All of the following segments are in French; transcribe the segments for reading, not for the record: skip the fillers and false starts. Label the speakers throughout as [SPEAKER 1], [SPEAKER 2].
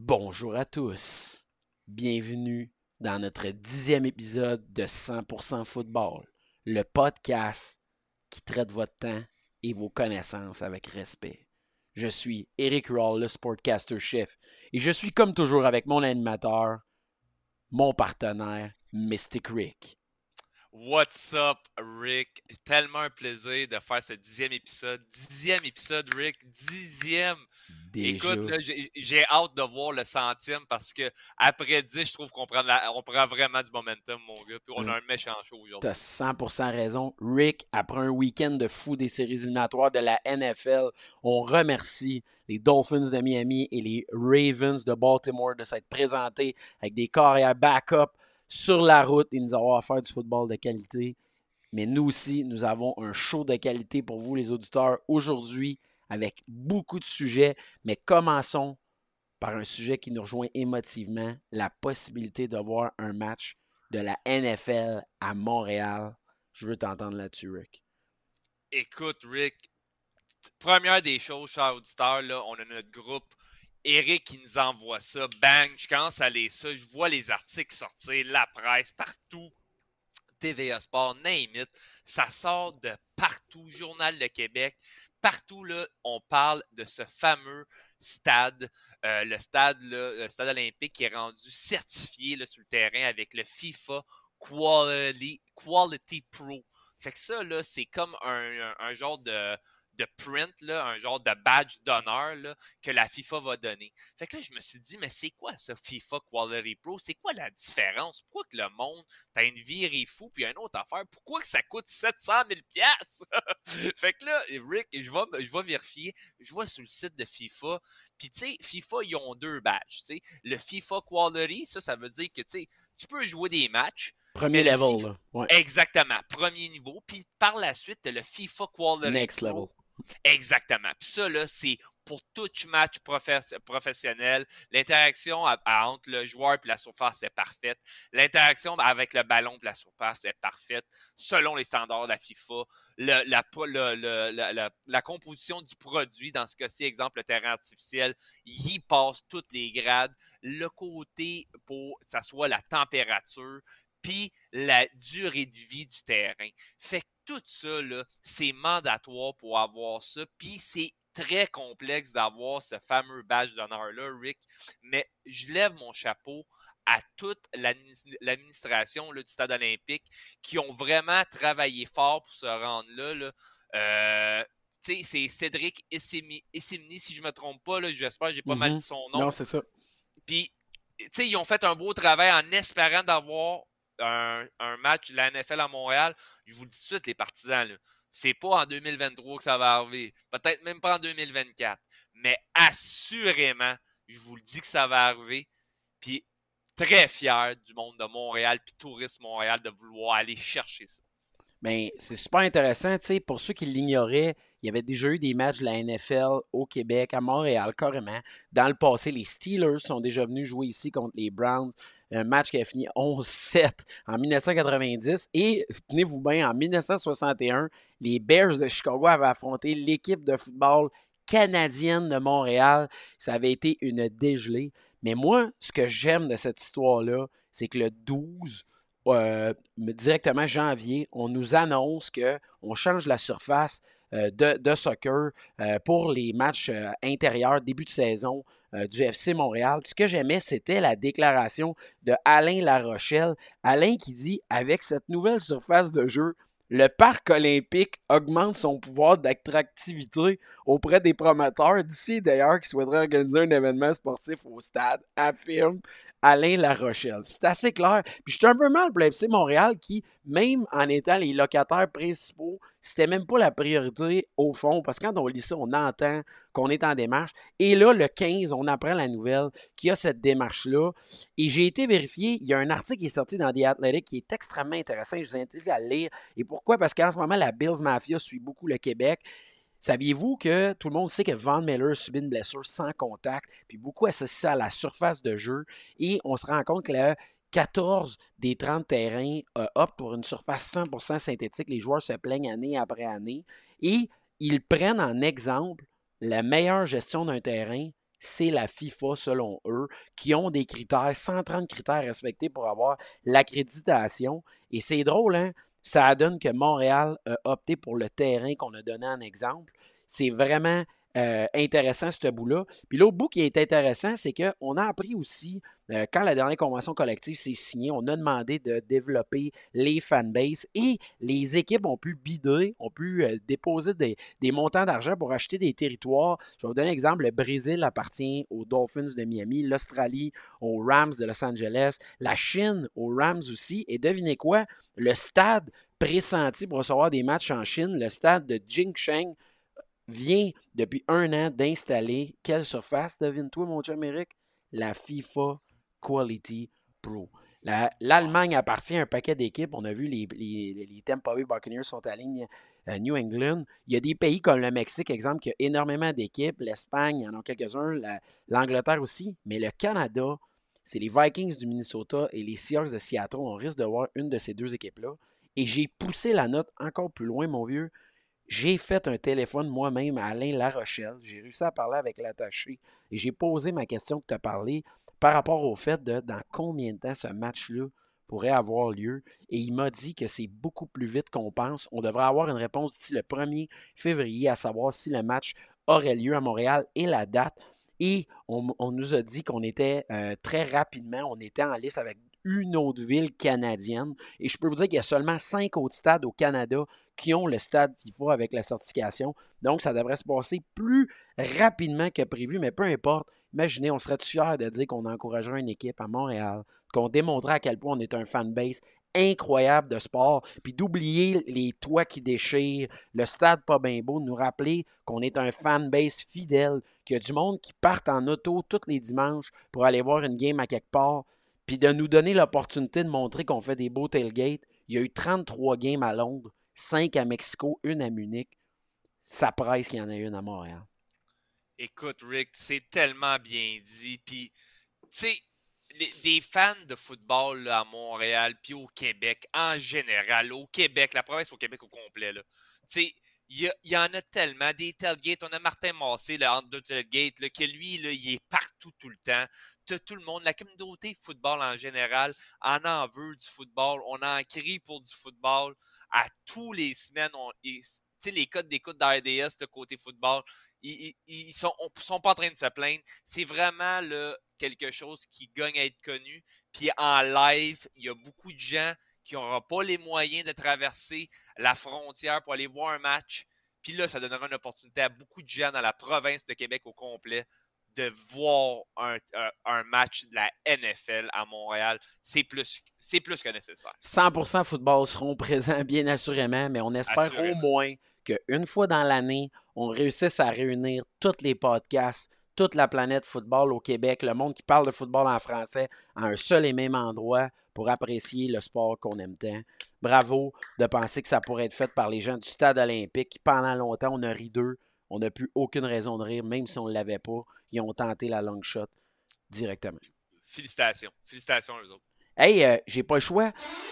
[SPEAKER 1] Bonjour à tous. Bienvenue dans notre 10e épisode de 100% Football, le podcast qui traite votre temps et vos connaissances avec respect. Je suis Eric Rawls, le Sportcaster Chef, et je suis comme toujours avec mon animateur, mon partenaire, Mystic Rick.
[SPEAKER 2] What's up, Rick? Tellement un plaisir de faire ce 10e épisode. 10e épisode, Rick. 10e.
[SPEAKER 1] Déjà,
[SPEAKER 2] Écoute, là, j'ai hâte de voir le centième parce que après 10, je trouve on prend vraiment du momentum, mon gars. Puis on a un méchant show aujourd'hui.
[SPEAKER 1] t'as 100% raison. Rick, après un week-end de fou des séries éliminatoires de la NFL, on remercie les Dolphins de Miami et les Ravens de Baltimore de s'être présentés avec des carrières backup sur la route et nous avoir offert du football de qualité. Mais nous aussi, nous avons un show de qualité pour vous, les auditeurs, aujourd'hui, avec beaucoup de sujets. Mais commençons par un sujet qui nous rejoint émotivement, la possibilité de voir un match de la NFL à Montréal. Je veux t'entendre là-dessus, Rick.
[SPEAKER 2] Écoute, Rick, première des choses, cher auditeur, là, on a notre groupe. Eric qui nous envoie ça. Bang, je commence à lire ça. Je vois les articles sortir, la presse, partout. TVA Sport, name it, ça sort de partout, Journal de Québec, partout là, on parle de ce fameux stade, le stade olympique qui est rendu certifié là, sur le terrain avec le FIFA Quality Pro. Fait que ça, là, c'est comme un genre de print, là, un genre de badge d'honneur là, que la FIFA va donner. Fait que là, je me suis dit, mais c'est quoi ça, FIFA Quality Pro? C'est quoi la différence? Pourquoi que le monde, t'as une virée fou, puis une autre affaire, pourquoi que ça coûte 700 000 piastres? Fait que là, Rick, je vais vérifier, je vois sur le site de FIFA, puis tu sais, FIFA, ils ont deux badges, tu sais. Le FIFA Quality, ça veut dire que, tu sais, tu peux jouer des matchs, mais
[SPEAKER 1] Premier
[SPEAKER 2] le
[SPEAKER 1] level,
[SPEAKER 2] FIFA,
[SPEAKER 1] là. Ouais.
[SPEAKER 2] exactement, premier niveau, puis par la suite, t'as le FIFA Quality
[SPEAKER 1] Next
[SPEAKER 2] Pro.
[SPEAKER 1] level.
[SPEAKER 2] Exactement. Puis ça, là, c'est pour tout match professionnel. L'interaction entre le joueur et la surface est parfaite. L'interaction avec le ballon et la surface est parfaite selon les standards de la FIFA. La composition du produit, dans ce cas-ci, exemple, le terrain artificiel, il passe toutes les grades. Le côté pour que ça soit la température puis la durée de vie du terrain. Fait que tout ça, là, c'est mandatoire pour avoir ça. Puis c'est très complexe d'avoir ce fameux badge d'honneur-là, Rick. Mais je lève mon chapeau à toute l'administration là, du Stade olympique qui ont vraiment travaillé fort pour se rendre là. C'est Cédric Essimni, si je ne me trompe pas, là, j'espère que j'ai pas mal dit son nom.
[SPEAKER 1] Non, c'est ça.
[SPEAKER 2] Puis, ils ont fait un beau travail en espérant d'avoir un match de la NFL à Montréal. Je vous le dis tout de suite, les partisans, là, c'est pas en 2023 que ça va arriver. Peut-être même pas en 2024. Mais assurément, je vous le dis que ça va arriver. Puis, très fier du monde de Montréal, puis Tourisme Montréal, de vouloir aller chercher ça.
[SPEAKER 1] Ben, c'est super intéressant, tu sais, pour ceux qui l'ignoraient, il y avait déjà eu des matchs de la NFL au Québec, à Montréal, carrément. Dans le passé, les Steelers sont déjà venus jouer ici contre les Browns. Un match qui a fini 11-7 en 1990. Et, tenez-vous bien, en 1961, les Bears de Chicago avaient affronté l'équipe de football canadienne de Montréal. Ça avait été une dégelée. Mais moi, ce que j'aime de cette histoire-là, c'est que le 12 directement janvier, on nous annonce qu'on change la surface de soccer pour les matchs intérieurs, début de saison du FC Montréal. Puis ce que j'aimais, c'était la déclaration de Alain Larochelle. Alain qui dit, avec cette nouvelle surface de jeu, le parc olympique augmente son pouvoir d'attractivité auprès des promoteurs d'ici d'ailleurs qui souhaiteraient organiser un événement sportif au stade, affirme Alain Larochelle. C'est assez clair. Puis je suis un peu mal pour l'FC Montréal qui, même en étant les locataires principaux, c'était même pas la priorité au fond. Parce que quand on lit ça, on entend qu'on est en démarche. Et là, le 15, on apprend la nouvelle qu'il y a cette démarche-là. Et j'ai été vérifié, il y a un article qui est sorti dans The Athletic qui est extrêmement intéressant. Je vous invite à le lire. Et pourquoi? Parce qu'en ce moment, la Bills Mafia suit beaucoup le Québec. Saviez-vous que tout le monde sait que Von Miller subit une blessure sans contact, puis beaucoup associent ça à la surface de jeu, et on se rend compte que le 14 des 30 terrains optent pour une surface 100% synthétique. Les joueurs se plaignent année après année, et ils prennent en exemple la meilleure gestion d'un terrain, c'est la FIFA, selon eux, qui ont des critères, 130 critères respectés pour avoir l'accréditation. Et c'est drôle, hein? Ça donne que Montréal a opté pour le terrain qu'on a donné en exemple. C'est vraiment intéressant, ce bout-là. Puis l'autre bout qui est intéressant, c'est qu'on a appris aussi, quand la dernière convention collective s'est signée, on a demandé de développer les fanbases et les équipes ont pu bider, ont pu déposer des montants d'argent pour acheter des territoires. Je vais vous donner un exemple. Le Brésil appartient aux Dolphins de Miami, l'Australie aux Rams de Los Angeles, la Chine aux Rams aussi. Et devinez quoi? Le stade pressenti pour recevoir des matchs en Chine, le stade de Jingsheng, vient depuis 1 an d'installer quelle surface, devine-toi, mon chum Eric? La FIFA Quality Pro. L'Allemagne appartient à un paquet d'équipes. On a vu les Tampa Bay Buccaneers sont à ligne New England. Il y a des pays comme le Mexique, exemple, qui a énormément d'équipes. L'Espagne, il y en a quelques-uns. L'Angleterre aussi. Mais le Canada, c'est les Vikings du Minnesota et les Seahawks de Seattle. On risque de voir une de ces deux équipes-là. Et j'ai poussé la note encore plus loin, mon vieux. J'ai fait un téléphone moi-même à Alain Larochelle. J'ai réussi à parler avec l'attaché et j'ai posé ma question que tu as parlé par rapport au fait de dans combien de temps ce match-là pourrait avoir lieu. Et il m'a dit que c'est beaucoup plus vite qu'on pense. On devrait avoir une réponse d'ici le 1er février à savoir si le match aurait lieu à Montréal et la date. Et on nous a dit qu'on était très rapidement, on était en liste avec une autre ville canadienne. Et je peux vous dire qu'il y a seulement 5 autres stades au Canada qui ont le stade FIFA avec la certification. Donc, ça devrait se passer plus rapidement que prévu, mais peu importe. Imaginez, on serait fiers de dire qu'on encouragerait une équipe à Montréal, qu'on démontrait à quel point on est un fanbase incroyable de sport, puis d'oublier les toits qui déchirent, le stade pas bien beau, de nous rappeler qu'on est un fanbase fidèle, qu'il y a du monde qui part en auto tous les dimanches pour aller voir une game à quelque part, puis de nous donner l'opportunité de montrer qu'on fait des beaux tailgates. Il y a eu 33 games à Londres, 5 à Mexico, une à Munich. Ça presse qu'il y en ait une à Montréal.
[SPEAKER 2] Écoute, Rick, c'est tellement bien dit. Puis, tu sais, des fans de football là, à Montréal, puis au Québec en général, au Québec, la province au Québec au complet, là, tu sais, il y en a tellement. Des tailgates, on a Martin Massé, le entre deux tailgates, là, que lui, là, il est partout tout le temps. Tout le monde, la communauté football en général, en veut du football. On en crie pour du football. À tous les semaines, tu sais, les codes d'écoute d'RDS, le côté football, ils sont pas en train de se plaindre. C'est vraiment là, quelque chose qui gagne à être connu. Puis en live, il y a beaucoup de gens qui n'auront pas les moyens de traverser la frontière pour aller voir un match. Puis là, ça donnera une opportunité à beaucoup de gens dans la province de Québec au complet de voir un match de la NFL à Montréal. C'est plus que nécessaire.
[SPEAKER 1] 100% football seront présents, bien assurément, mais on espère au
[SPEAKER 2] Assurément.
[SPEAKER 1] moins qu'une fois dans l'année, on réussisse à réunir tous les podcasts, toute la planète football au Québec, le monde qui parle de football en français, à un seul et même endroit pour apprécier le sport qu'on aime tant. Bravo de penser que ça pourrait être fait par les gens du Stade olympique qui, pendant longtemps, on a ri d'eux. On n'a plus aucune raison de rire, même si on ne l'avait pas. Ils ont tenté la long shot directement.
[SPEAKER 2] Félicitations. Félicitations, eux autres.
[SPEAKER 1] Hey, j'ai pas le choix.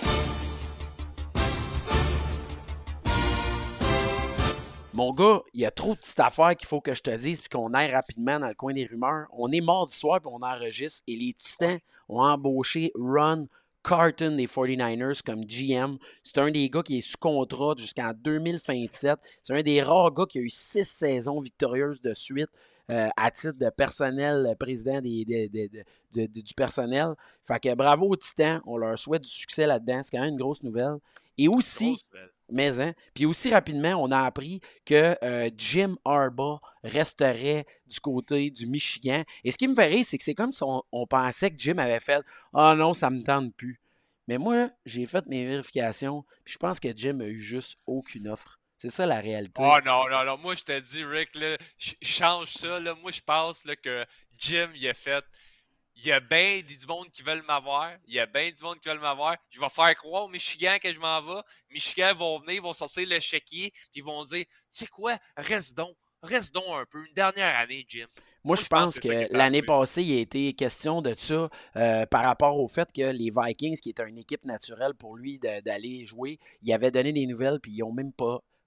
[SPEAKER 1] Mon gars, il y a trop de petites affaires qu'il faut que je te dise puis qu'on aille rapidement dans le coin des rumeurs. On est mardi soir puis on enregistre et les Titans ont embauché Ron Carton des 49ers comme GM. C'est un des gars qui est sous contrat jusqu'en 2027. C'est un des rares gars qui a eu 6 saisons victorieuses de suite à titre de personnel, président du personnel. Fait que bravo aux Titans. On leur souhaite du succès là-dedans. C'est quand même une grosse nouvelle. Et aussi, mais hein, puis aussi rapidement, on a appris que Jim Harbaugh resterait du côté du Michigan. Et ce qui me fait rire, c'est que c'est comme si on pensait que Jim avait fait « Ah non, ça me tente plus ». Mais moi, j'ai fait mes vérifications, puis je pense que Jim a eu juste aucune offre. C'est ça la réalité.
[SPEAKER 2] Oh non, non, non. Moi, je te dis, Rick, là, change ça. Là. Moi, je pense là, que Jim, il a fait. Il y a bien du monde qui veulent m'avoir. Il y a bien du monde qui veulent m'avoir. Je vais faire croire au Michigan que je m'en vais. Michigan vont venir, ils vont sortir le chéquier, puis ils vont dire, tu sais quoi, reste donc un peu. Une dernière année, Jim.
[SPEAKER 1] Moi, je pense que l'année passée, il a été question de ça par rapport au fait que les Vikings, qui étaient une équipe naturelle pour lui d'aller jouer, il avait donné des nouvelles, puis ils n'ont même pas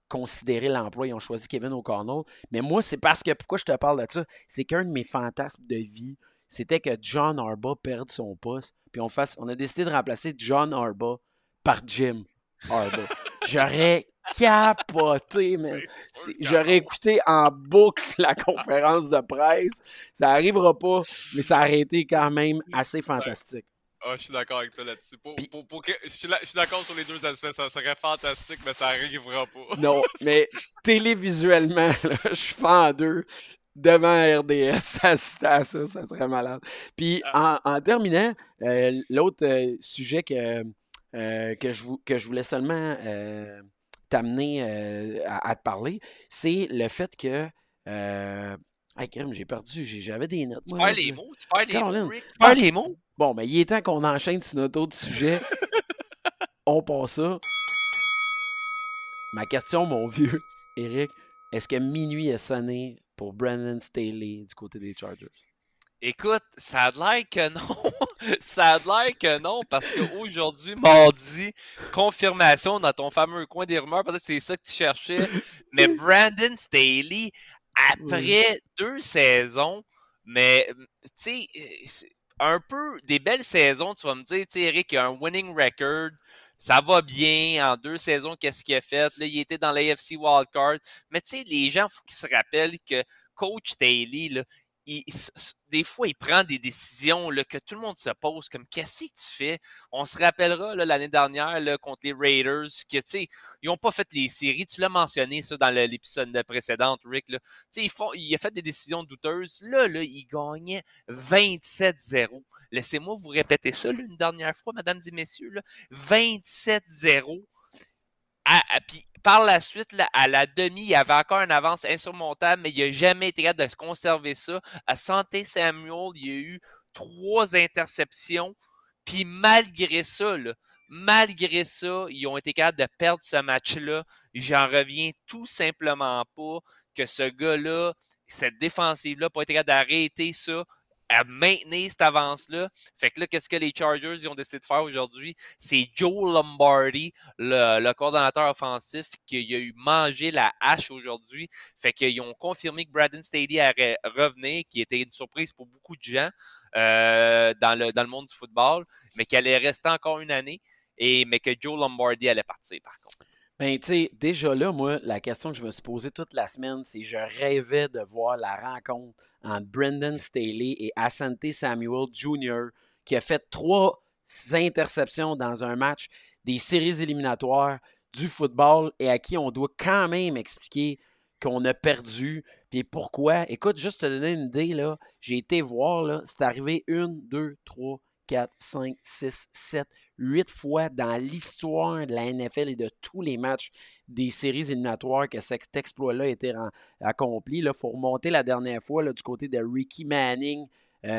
[SPEAKER 1] considéré l'emploi. Ils ont choisi Kevin O'Connell. Mais moi, c'est parce que, pourquoi je te parle de ça, c'est qu'un de mes fantasmes de vie, c'était que John Harbaugh perde son poste. Puis on a décidé de remplacer John Harbaugh par Jim Harbaugh. J'aurais capoté, man. J'aurais écouté en boucle la conférence de presse. Ça n'arrivera pas, mais ça aurait été quand même assez fantastique.
[SPEAKER 2] Je suis d'accord avec toi là-dessus.
[SPEAKER 1] Puis,
[SPEAKER 2] Je suis d'accord sur les deux aspects. Ça serait fantastique, mais ça n'arrivera pas.
[SPEAKER 1] non, mais télévisuellement, là, je suis en deux devant RDS assister à ça, ça serait malade. Puis en terminant, l'autre sujet que je voulais seulement t'amener à te parler, c'est le fait que hey, crème, j'ai perdu, j'avais des notes.
[SPEAKER 2] Tu perds les mots,
[SPEAKER 1] Caroline.
[SPEAKER 2] Rick. Tu perds les mots.
[SPEAKER 1] Bon, mais il est temps qu'on enchaîne sur notre autre sujet. On passe ça. Ma question, mon vieux Eric, est-ce que minuit a sonné pour Brandon Staley du côté des Chargers?
[SPEAKER 2] Écoute, ça a l'air que non. Ça a l'air que non, parce qu'aujourd'hui, mardi, confirmation dans ton fameux coin des rumeurs, peut-être que c'est ça que tu cherchais, mais Brandon Staley, après 2 saisons, mais, tu sais, un peu des belles saisons, tu vas me dire, tu sais, Eric, il a un winning record, ça va bien, en 2 saisons, qu'est-ce qu'il a fait? Là, il était dans l'AFC Wildcard, mais tu sais, les gens, il faut qu'ils se rappellent que Coach Staley, là, des fois, il prend des décisions là, que tout le monde se pose comme qu'est-ce que tu fais? On se rappellera là, l'année dernière là, contre les Raiders que ils n'ont pas fait les séries. Tu l'as mentionné ça dans l'épisode précédent, Rick. Là. Il a fait des décisions douteuses. Là, il gagnait 27-0. Laissez-moi vous répéter ça là, une dernière fois, mesdames et messieurs. Là. 27-0. Puis par la suite, là, à la demi, il y avait encore une avance insurmontable, mais il n'a jamais été capable de se conserver ça. À Santé Samuel, il y a eu 3 interceptions. Puis malgré ça, ils ont été capables de perdre ce match-là. J'en reviens tout simplement pas que ce gars-là, cette défensive-là, n'a pas été capable d'arrêter ça, à maintenir cette avance-là. Fait que là, qu'est-ce que les Chargers ils ont décidé de faire aujourd'hui? C'est Joe Lombardi, le coordonnateur offensif, qui a eu mangé la hache aujourd'hui. Fait qu'ils ont confirmé que Brandon Staley allait revenir, qui était une surprise pour beaucoup de gens dans le monde du football, mais qu'elle allait rester encore une année, mais que Joe Lombardi allait partir, par contre.
[SPEAKER 1] Ben, tu sais, déjà là, moi, la question que je me suis posée toute la semaine, c'est je rêvais de voir la rencontre entre Brandon Staley et Asante Samuel Jr., qui a fait 3 interceptions dans un match des séries éliminatoires du football et à qui on doit quand même expliquer qu'on a perdu. Puis pourquoi? Écoute, juste te donner une idée, là, j'ai été voir, là, c'est arrivé 1, 2, 3, 4, 5, 6, 7, 8 fois dans l'histoire de la NFL et de tous les matchs des séries éliminatoires que cet exploit-là a été accompli. Il faut remonter la dernière fois là, du côté de Ricky Manning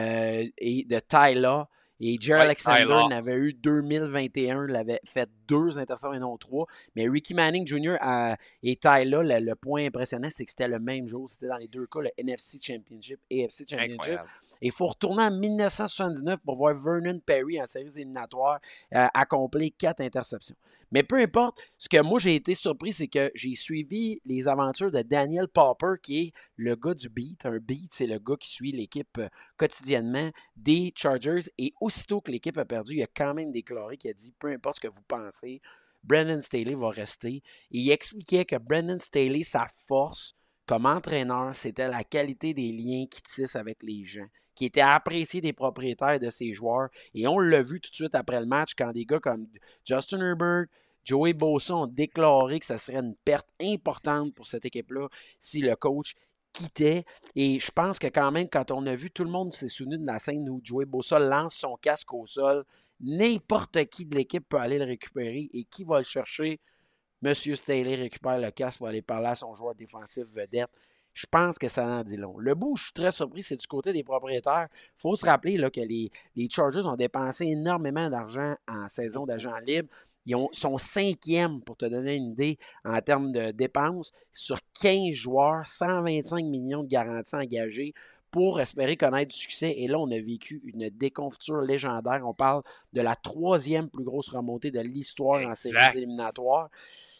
[SPEAKER 1] et de Tyler. Et Jerry Alexander n'avait eu 2021, il avait fait 2 interceptions et non 3. Mais Ricky Manning Jr. Et Tyler, le point impressionnant, c'est que c'était le même jour. C'était dans les 2 cas, le NFC Championship et AFC Championship. Incroyable. Et il faut retourner en 1979 pour voir Vernon Perry en séries éliminatoires accomplir 4 interceptions. Mais peu importe, ce que moi j'ai été surpris, c'est que j'ai suivi les aventures de Daniel Popper, qui est le gars du beat. Un beat, c'est le gars qui suit l'équipe quotidiennement des Chargers. Et aussitôt que l'équipe a perdu, il a quand même déclaré qu'il a dit, peu importe ce que vous pensez, Brandon Staley va rester. Et il expliquait que Brandon Staley, sa force comme entraîneur, c'était la qualité des liens qu'il tisse avec les gens, qui était apprécié des propriétaires de ses joueurs. Et on l'a vu tout de suite après le match quand des gars comme Justin Herbert, Joey Bosa ont déclaré que ça serait une perte importante pour cette équipe-là si le coach quittait. Et je pense que quand même, quand on a vu, tout le monde s'est souvenu de la scène où Joey Bosa lance son casque au sol. N'importe qui de l'équipe peut aller le récupérer. Et qui va le chercher? Monsieur Staley récupère le casque pour aller parler à son joueur défensif vedette. Je pense que ça en dit long. Le bout où je suis très surpris, c'est du côté des propriétaires. Il faut se rappeler là, que les Chargers ont dépensé énormément d'argent en saison d'agents libres. Ils sont 5e, pour te donner une idée, en termes de dépenses. Sur 15 joueurs, 125 millions de garanties engagées pour espérer connaître du succès. Et là, on a vécu une déconfiture légendaire. On parle de la 3e plus grosse remontée de l'histoire en séries éliminatoires.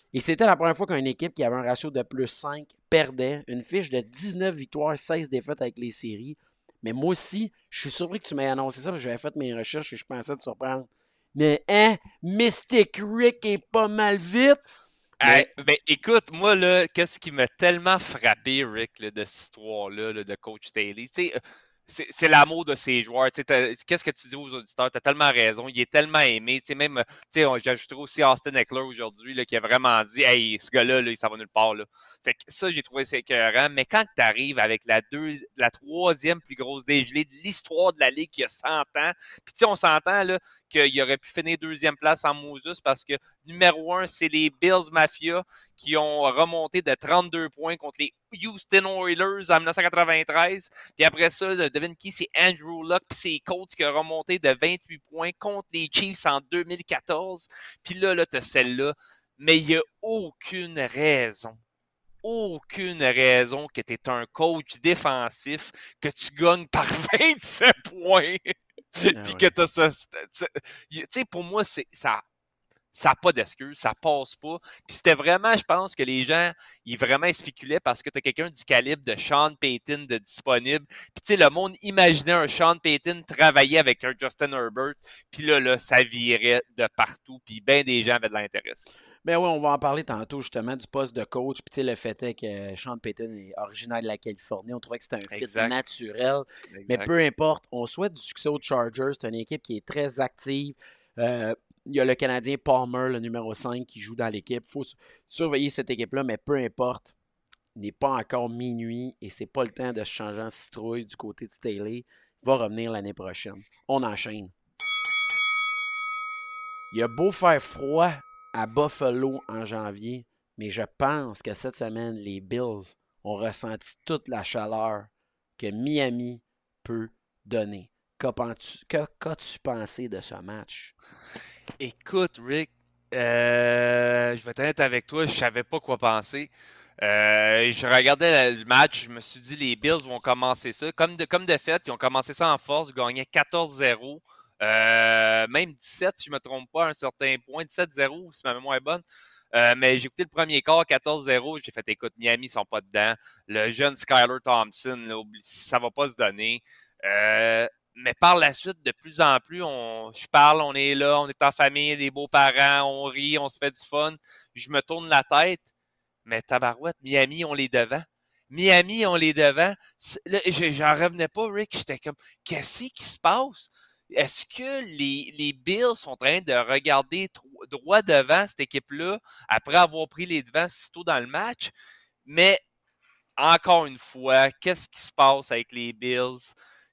[SPEAKER 1] Et c'était la première fois qu'une équipe qui avait un ratio de plus 5 perdait. Une fiche de 19 victoires, 16 défaites avec les séries. Mais moi aussi, je suis surpris que tu m'aies annoncé ça parce que j'avais fait mes recherches et je pensais te surprendre. Mais Mystic Rick est pas mal vite.
[SPEAKER 2] Hey, ben, écoute, moi, là, qu'est-ce qui m'a tellement frappé, Rick, là, de cette histoire-là, là, de Coach Staley? Tu sais, c'est l'amour de ses joueurs. Tu sais, qu'est-ce que tu dis aux auditeurs? Tu as tellement raison. Il est tellement aimé. Tu sais, même, tu sais, j'ajouterai aussi Austin Eckler aujourd'hui, là, qui a vraiment dit, hey, ce gars-là, là, il s'en va nulle part, là. Fait que ça, j'ai trouvé ça écœurant. Mais quand tu arrives avec la troisième plus grosse dégelée de l'histoire de la Ligue qui a 100 ans, puis tu sais, on s'entend, là, qu'il aurait pu finir deuxième place en Moses parce que numéro 1, c'est les Bills Mafia qui ont remonté de 32 points contre les Houston Oilers en 1993. Puis après ça, devine qui? C'est Andrew Luck puis c'est Colts qui a remonté de 28 points contre les Chiefs en 2014. Puis là, t'as celle-là. Mais il n'y a aucune raison que tu es un coach défensif, que tu gagnes par 27 points. Puis que tu as ça. Tu sais, pour moi, ça n'a pas d'excuse, ça passe pas. Puis c'était vraiment, je pense que les gens, ils vraiment spéculaient parce que tu as quelqu'un du calibre de Sean Payton de disponible. Puis tu sais, le monde imaginait un Sean Payton travailler avec un Justin Herbert. Puis là, ça virait de partout. Puis bien des gens avaient de l'intérêt.
[SPEAKER 1] Ben oui, on va en parler tantôt justement du poste de coach. Puis tu sais, le fait est que Sean Payton est originaire de la Californie. On trouvait que c'était un fit
[SPEAKER 2] Exact.
[SPEAKER 1] naturel. Mais
[SPEAKER 2] Exact.
[SPEAKER 1] peu importe, on souhaite du succès aux Chargers. C'est une équipe qui est très active. Il y a le Canadien Palmer, le numéro 5, qui joue dans l'équipe. Il faut surveiller cette équipe-là, mais peu importe. Il n'est pas encore minuit et c'est pas le temps de se changer en citrouille du côté de Staley. Il va revenir l'année prochaine. On enchaîne. Il a beau faire froid à Buffalo en janvier, mais je pense que cette semaine, les Bills ont ressenti toute la chaleur que Miami peut donner. Qu'as-tu pensé de ce match?
[SPEAKER 2] Écoute, Rick, je vais être honnête avec toi, je savais pas quoi penser. Je regardais le match, je me suis dit les Bills vont commencer ça. Comme de fait, ils ont commencé ça en force, ils gagnaient 14-0. Même 17, si je me trompe pas, à un certain point. 17-0, si ma mémoire est bonne. Mais j'ai écouté le premier quart, 14-0. J'ai fait, écoute, Miami, ils sont pas dedans. Le jeune Skyler Thompson, là, ça va pas se donner. Mais par la suite, de plus en plus, je parle, on est là, on est en famille, des beaux-parents, on rit, on se fait du fun. Je me tourne la tête, mais tabarouette, Miami, on les devant. Miami, on les devant. Là, j'en revenais pas, Rick. J'étais comme, qu'est-ce qui se passe? Est-ce que les Bills sont en train de regarder droit devant cette équipe-là après avoir pris les devants si tôt dans le match? Mais encore une fois, qu'est-ce qui se passe avec les Bills?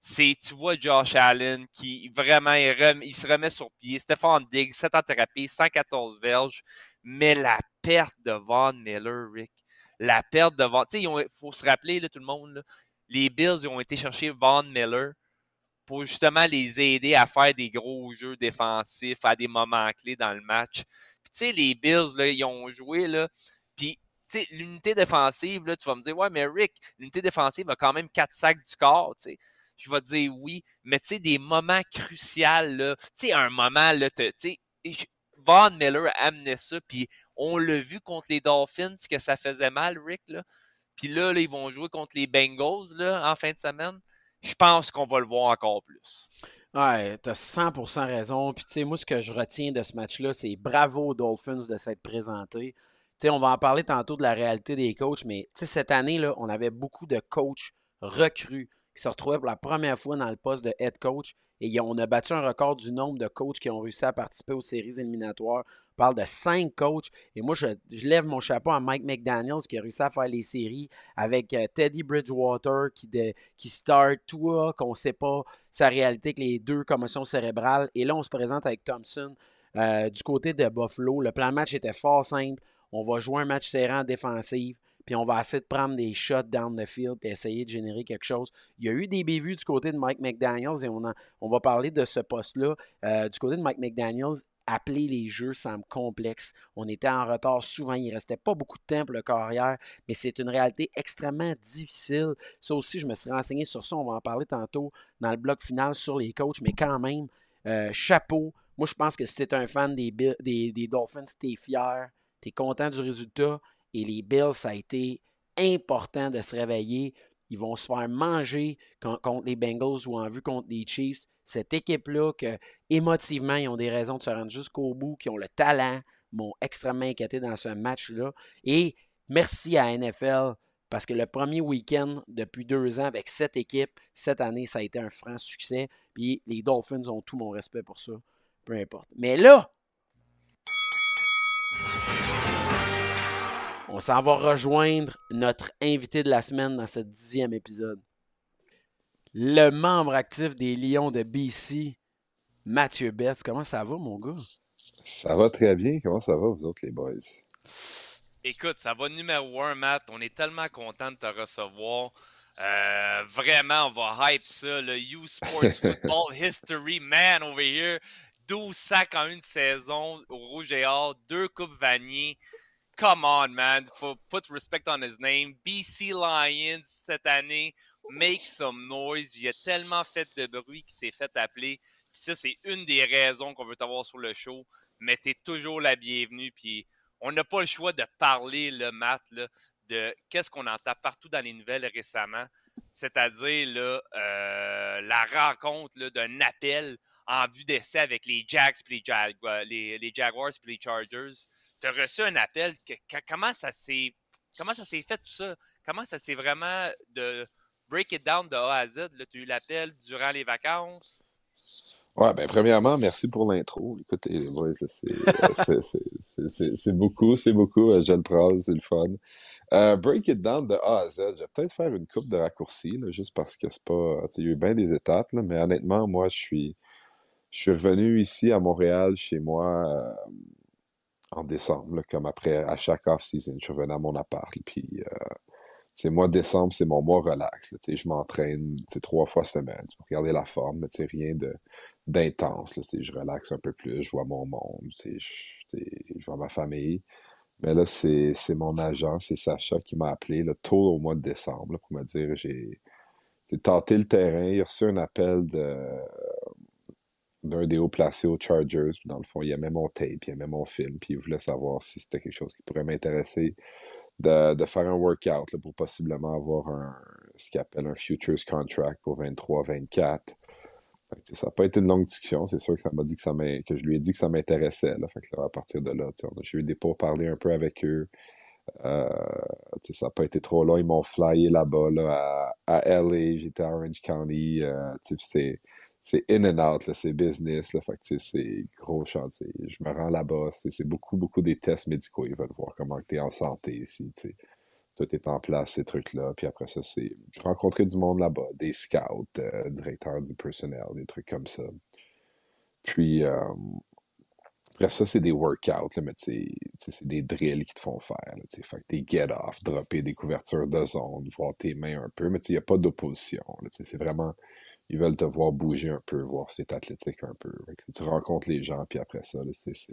[SPEAKER 2] Tu vois Josh Allen qui vraiment, il se remet sur pied. Stephon Diggs, 7 ans de thérapie, 114 verges. Mais la perte de Von Miller, Rick, la perte de Von... Tu sais, il faut se rappeler, là, tout le monde, là, les Bills ils ont été chercher Von Miller pour justement les aider à faire des gros jeux défensifs à des moments clés dans le match. Puis tu sais, les Bills, là, ils ont joué, là, puis tu sais, l'unité défensive, là, tu vas me dire, ouais, mais Rick, l'unité défensive a quand même 4 sacs du corps, tu sais. Je vais te dire oui, mais tu sais, des moments cruciaux, là, tu sais, un moment, là, tu sais, Von Miller amenait ça, puis on l'a vu contre les Dolphins, que ça faisait mal, Rick, là. Puis là, ils vont jouer contre les Bengals, là, en fin de semaine. Je pense qu'on va le voir encore plus.
[SPEAKER 1] Ouais, t'as 100% raison. Puis, tu sais, moi, ce que je retiens de ce match-là, c'est bravo aux Dolphins de s'être présentés. Tu sais, on va en parler tantôt de la réalité des coachs, mais tu sais, cette année, là, on avait beaucoup de coachs recrues qui se retrouvaient pour la première fois dans le poste de head coach. Et on a battu un record du nombre de coachs qui ont réussi à participer aux séries éliminatoires. On parle de 5 coachs. Et moi, je lève mon chapeau à Mike McDaniels qui a réussi à faire les séries avec Teddy Bridgewater qui start tout, qu'on ne sait pas sa réalité avec les 2 commotions cérébrales. Et là, on se présente avec Thompson du côté de Buffalo. Le plan de match était fort simple. On va jouer un match serré en défensive. Puis on va essayer de prendre des shots down the field et essayer de générer quelque chose. Il y a eu des bévues du côté de Mike McDaniels et on va parler de ce poste-là. Du côté de Mike McDaniels, appeler les jeux semble complexe. On était en retard souvent. Il ne restait pas beaucoup de temps pour le carrière, mais c'est une réalité extrêmement difficile. Ça aussi, je me suis renseigné sur ça. On va en parler tantôt dans le bloc final sur les coachs, mais quand même, chapeau. Moi, je pense que si tu es un fan des Dolphins, tu es fier. tu es content du résultat. Et les Bills, ça a été important de se réveiller. Ils vont se faire manger contre les Bengals ou en vue contre les Chiefs. Cette équipe-là, que émotivement, ils ont des raisons de se rendre jusqu'au bout, qui ont le talent, m'ont extrêmement inquiété dans ce match-là. Et merci à NFL, parce que le premier week-end depuis 2 ans avec 7 équipes, cette année, ça a été un franc succès. Puis les Dolphins ont tout mon respect pour ça. Peu importe. Mais là, on s'en va rejoindre notre invité de la semaine dans ce 10e épisode. Le membre actif des Lions de BC, Mathieu Betts. Comment ça va, mon gars?
[SPEAKER 3] Ça va très bien. Comment ça va, vous autres, les boys?
[SPEAKER 2] Écoute, ça va numéro 1, Matt. On est tellement content de te recevoir. Vraiment, on va hype ça. Le U Sports Football History Man over here. 12 sacs en une saison au Rouge et Or, 2 coupes Vanier. Come on, man. Faut put respect on his name. BC Lions cette année. Make some noise. Il a tellement fait de bruit qu'il s'est fait appeler. Puis ça, c'est une des raisons qu'on veut t'avoir sur le show. Mais t'es toujours la bienvenue. Puis on n'a pas le choix de parler, le Matt, là, de qu'est-ce qu'on entend partout dans les nouvelles récemment. C'est-à-dire là, la rencontre là, d'un appel en vue d'essai avec les Jags puis les Jaguars puis les Chargers. Tu as reçu un appel. Comment ça s'est fait tout ça? Comment ça s'est vraiment de break it down de A à Z? Tu as eu l'appel durant les vacances?
[SPEAKER 3] Ouais, ben premièrement, merci pour l'intro. Écoute, les boys, c'est beaucoup, je le prends, c'est le fun. Break it down de A à Z. Je vais peut-être faire une coupe de raccourcis, là, juste parce que c'est pas. Tu sais, il y a eu bien des étapes, là, mais honnêtement, moi, je suis revenu ici à Montréal, chez moi, en décembre, là, comme après, à chaque off-season, je suis revenu à mon appart. Puis, tu sais, moi, décembre, c'est mon mois relax. Là, tu sais, je m'entraîne, tu sais, 3 fois semaine pour regarder la forme, mais tu sais, rien d'intense. Là, tu sais, je relaxe un peu plus, je vois mon monde, je vois ma famille. Mais là, c'est mon agent, c'est Sacha qui m'a appelé là, tôt au mois de décembre là, pour me dire j'ai tenté le terrain, il a reçu un appel d'un des hauts placés aux Chargers. Dans le fond, il aimait mon tape, il aimait mon film, puis il voulait savoir si c'était quelque chose qui pourrait m'intéresser de faire un workout là, pour possiblement avoir ce qu'il appelle un futures contract pour 23-24. Fait que, tu sais, ça n'a pas été une longue discussion. C'est sûr que ça m'a dit que je lui ai dit que ça m'intéressait. Là. Fait que là, à partir de là, j'ai eu des pourparlers un peu avec eux. Euh, tu sais, ça n'a pas été trop long. Ils m'ont flyé là-bas là, à LA. J'étais à Orange County. Tu sais, c'est in and out, là, c'est business. Là, fait que, tu sais, c'est gros chantier. Je me rends là-bas. C'est beaucoup, beaucoup des tests médicaux. Ils veulent voir comment tu es en santé ici. Tu sais. Tout est en place, ces trucs-là. Puis après ça, c'est rencontrer du monde là-bas, des scouts, directeurs du personnel, des trucs comme ça. Puis après ça, c'est des workouts, là, mais c'est des drills qui te font faire. Là, fait que des get-off, dropper des couvertures de zone, voir tes mains un peu, mais il n'y a pas d'opposition. Là, c'est vraiment, ils veulent te voir bouger un peu, voir si t'es athlétique un peu. Fait que, tu rencontres les gens, puis après ça, là,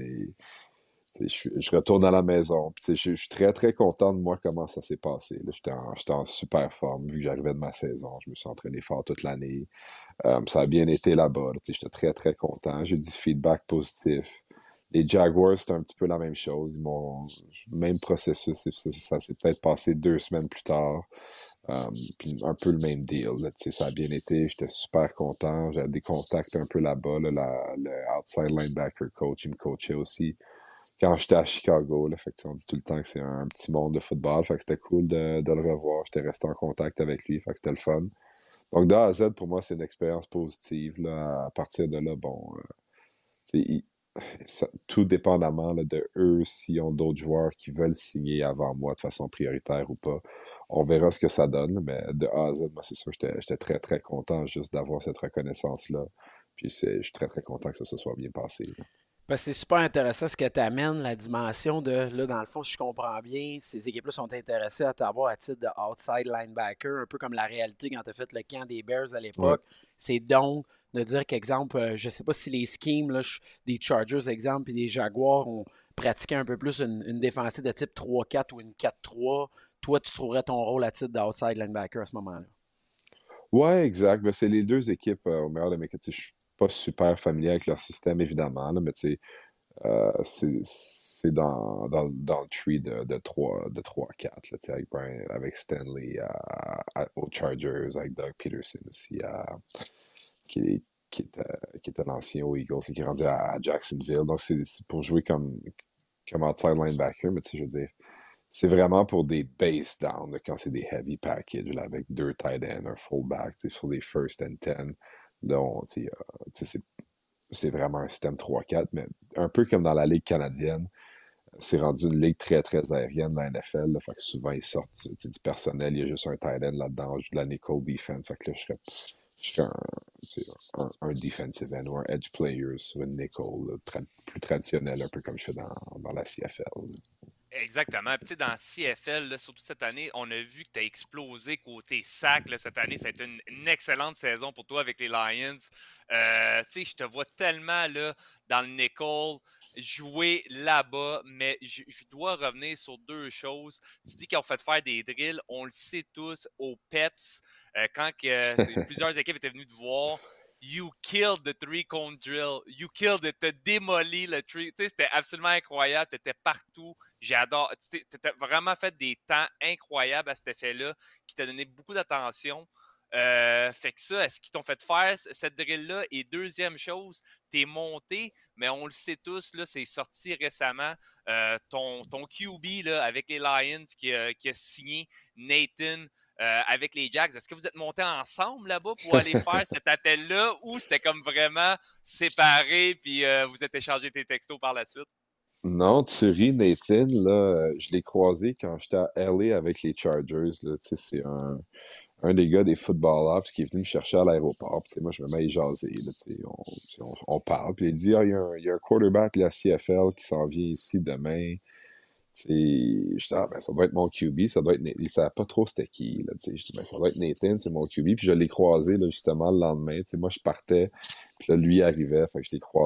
[SPEAKER 3] je retourne à la maison. Puis, je suis très, très content de moi comment ça s'est passé. Là. J'étais en super forme vu que j'arrivais de ma saison. Je me suis entraîné fort toute l'année. Ça a bien été là-bas. Là. J'étais très, très content. J'ai eu du feedback positif. Les Jaguars, c'était un petit peu la même chose. Ils m'ont même processus. Ça s'est peut-être passé 2 semaines plus tard. Puis un peu le même deal. Là, ça a bien été. J'étais super content. J'avais des contacts un peu là-bas. Là, le outside linebacker coach, il me coachait aussi quand j'étais à Chicago. Là, fait que, on dit tout le temps que c'est un petit monde de football. Fait que c'était cool de le revoir. J'étais resté en contact avec lui. Fait que c'était le fun. Donc, de A à Z, pour moi, c'est une expérience positive. Là. À partir de là, bon, tu sais, tout dépendamment là, de eux, s'ils ont d'autres joueurs qui veulent signer avant moi de façon prioritaire ou pas. On verra ce que ça donne. Mais de A à Z, moi, c'est sûr, j'étais très, très content juste d'avoir cette reconnaissance-là. Puis je suis très, très content que ça se soit bien passé. Là.
[SPEAKER 1] Ben, c'est super intéressant ce que tu amènes, la dimension de, là, dans le fond, si je comprends bien, ces équipes-là sont intéressées à t'avoir à titre de outside linebacker, un peu comme la réalité quand tu as fait le camp des Bears à
[SPEAKER 3] Ouais.
[SPEAKER 1] l'époque. C'est donc de dire qu'exemple, je sais pas si les schemes là, des Chargers, exemple, et des Jaguars ont pratiqué un peu plus une défensive de type 3-4 ou une 4-3. Toi, tu trouverais ton rôle à titre d'outside linebacker à ce moment-là.
[SPEAKER 3] Ouais, exact. Ben, c'est les deux équipes au meilleur de mes cas. Tu sais, je suis pas super familier avec leur système, évidemment, là, mais tu sais, C'est dans le tree de 3 4 là, tu sais, avec Stanley aux Chargers, avec Doug Peterson aussi, qui, est- qui était l'ancien aux Eagles et qui est rendu à Jacksonville. Donc, c'est pour jouer comme outside linebacker, mais tu sais, je veux dire, c'est vraiment pour des base down, là, quand c'est des heavy packages, là, avec 2 tight ends, un fullback, tu sais, sur des first and 10. Donc, tu sais, c'est vraiment un système 3-4, mais un peu comme dans la Ligue canadienne, c'est rendu une ligue très, très aérienne, la NFL. Là, fait que souvent, ils sortent du personnel, il y a juste un tight end là-dedans, je joue de la nickel defense. Fait que là, je serais un defensive end ou un edge player sur une nickel, là, plus traditionnel, un peu comme je fais dans la CFL.
[SPEAKER 2] Exactement. Puis, tu sais, dans CFL, là, surtout cette année, on a vu que tu as explosé côté sac. Là, cette année, ça a été une excellente saison pour toi avec les Lions. Tu sais, je te vois tellement là, dans le nickel jouer là-bas, mais je dois revenir sur deux choses. Tu dis qu'ils ont fait faire des drills, on le sait tous, au PEPS, quand plusieurs équipes étaient venues te voir. You killed the three-cone drill. You killed it. T'as démoli le three. Tu sais, c'était absolument incroyable. T'étais partout. J'adore. Tu as vraiment fait des temps incroyables à cet effet-là qui t'a donné beaucoup d'attention. Fait que ça, est-ce qu'ils t'ont fait faire cette drill-là? Et deuxième chose, t'es monté, mais on le sait tous, là, c'est sorti récemment. Ton QB là, avec les Lions qui a signé Nathan avec les Jacks. Est-ce que vous êtes montés ensemble là-bas pour aller faire cet appel-là ou c'était comme vraiment séparé puis vous êtes échangé tes textos par la suite?
[SPEAKER 3] Non, Thierry Nathan, là, je l'ai croisé quand j'étais à LA avec les Chargers. Là, tu sais, c'est un des gars des Football Ops qui est venu me chercher à l'aéroport. Puis, tu sais, moi, je me mets à y jaser. Là, tu sais, on parle. Puis il dit, ah, il y a un quarterback de la CFL qui s'en vient ici demain. Tu sais, je dis, ah, ben, ça doit être mon QB, ça doit être Nathan. Il savait pas trop c'était qui. Là, tu sais, je dis, ben, ça doit être Nathan, c'est mon QB. Puis je l'ai croisé, là, justement, le lendemain. Tu sais, moi, je partais. Puis là, lui arrivait. Fait que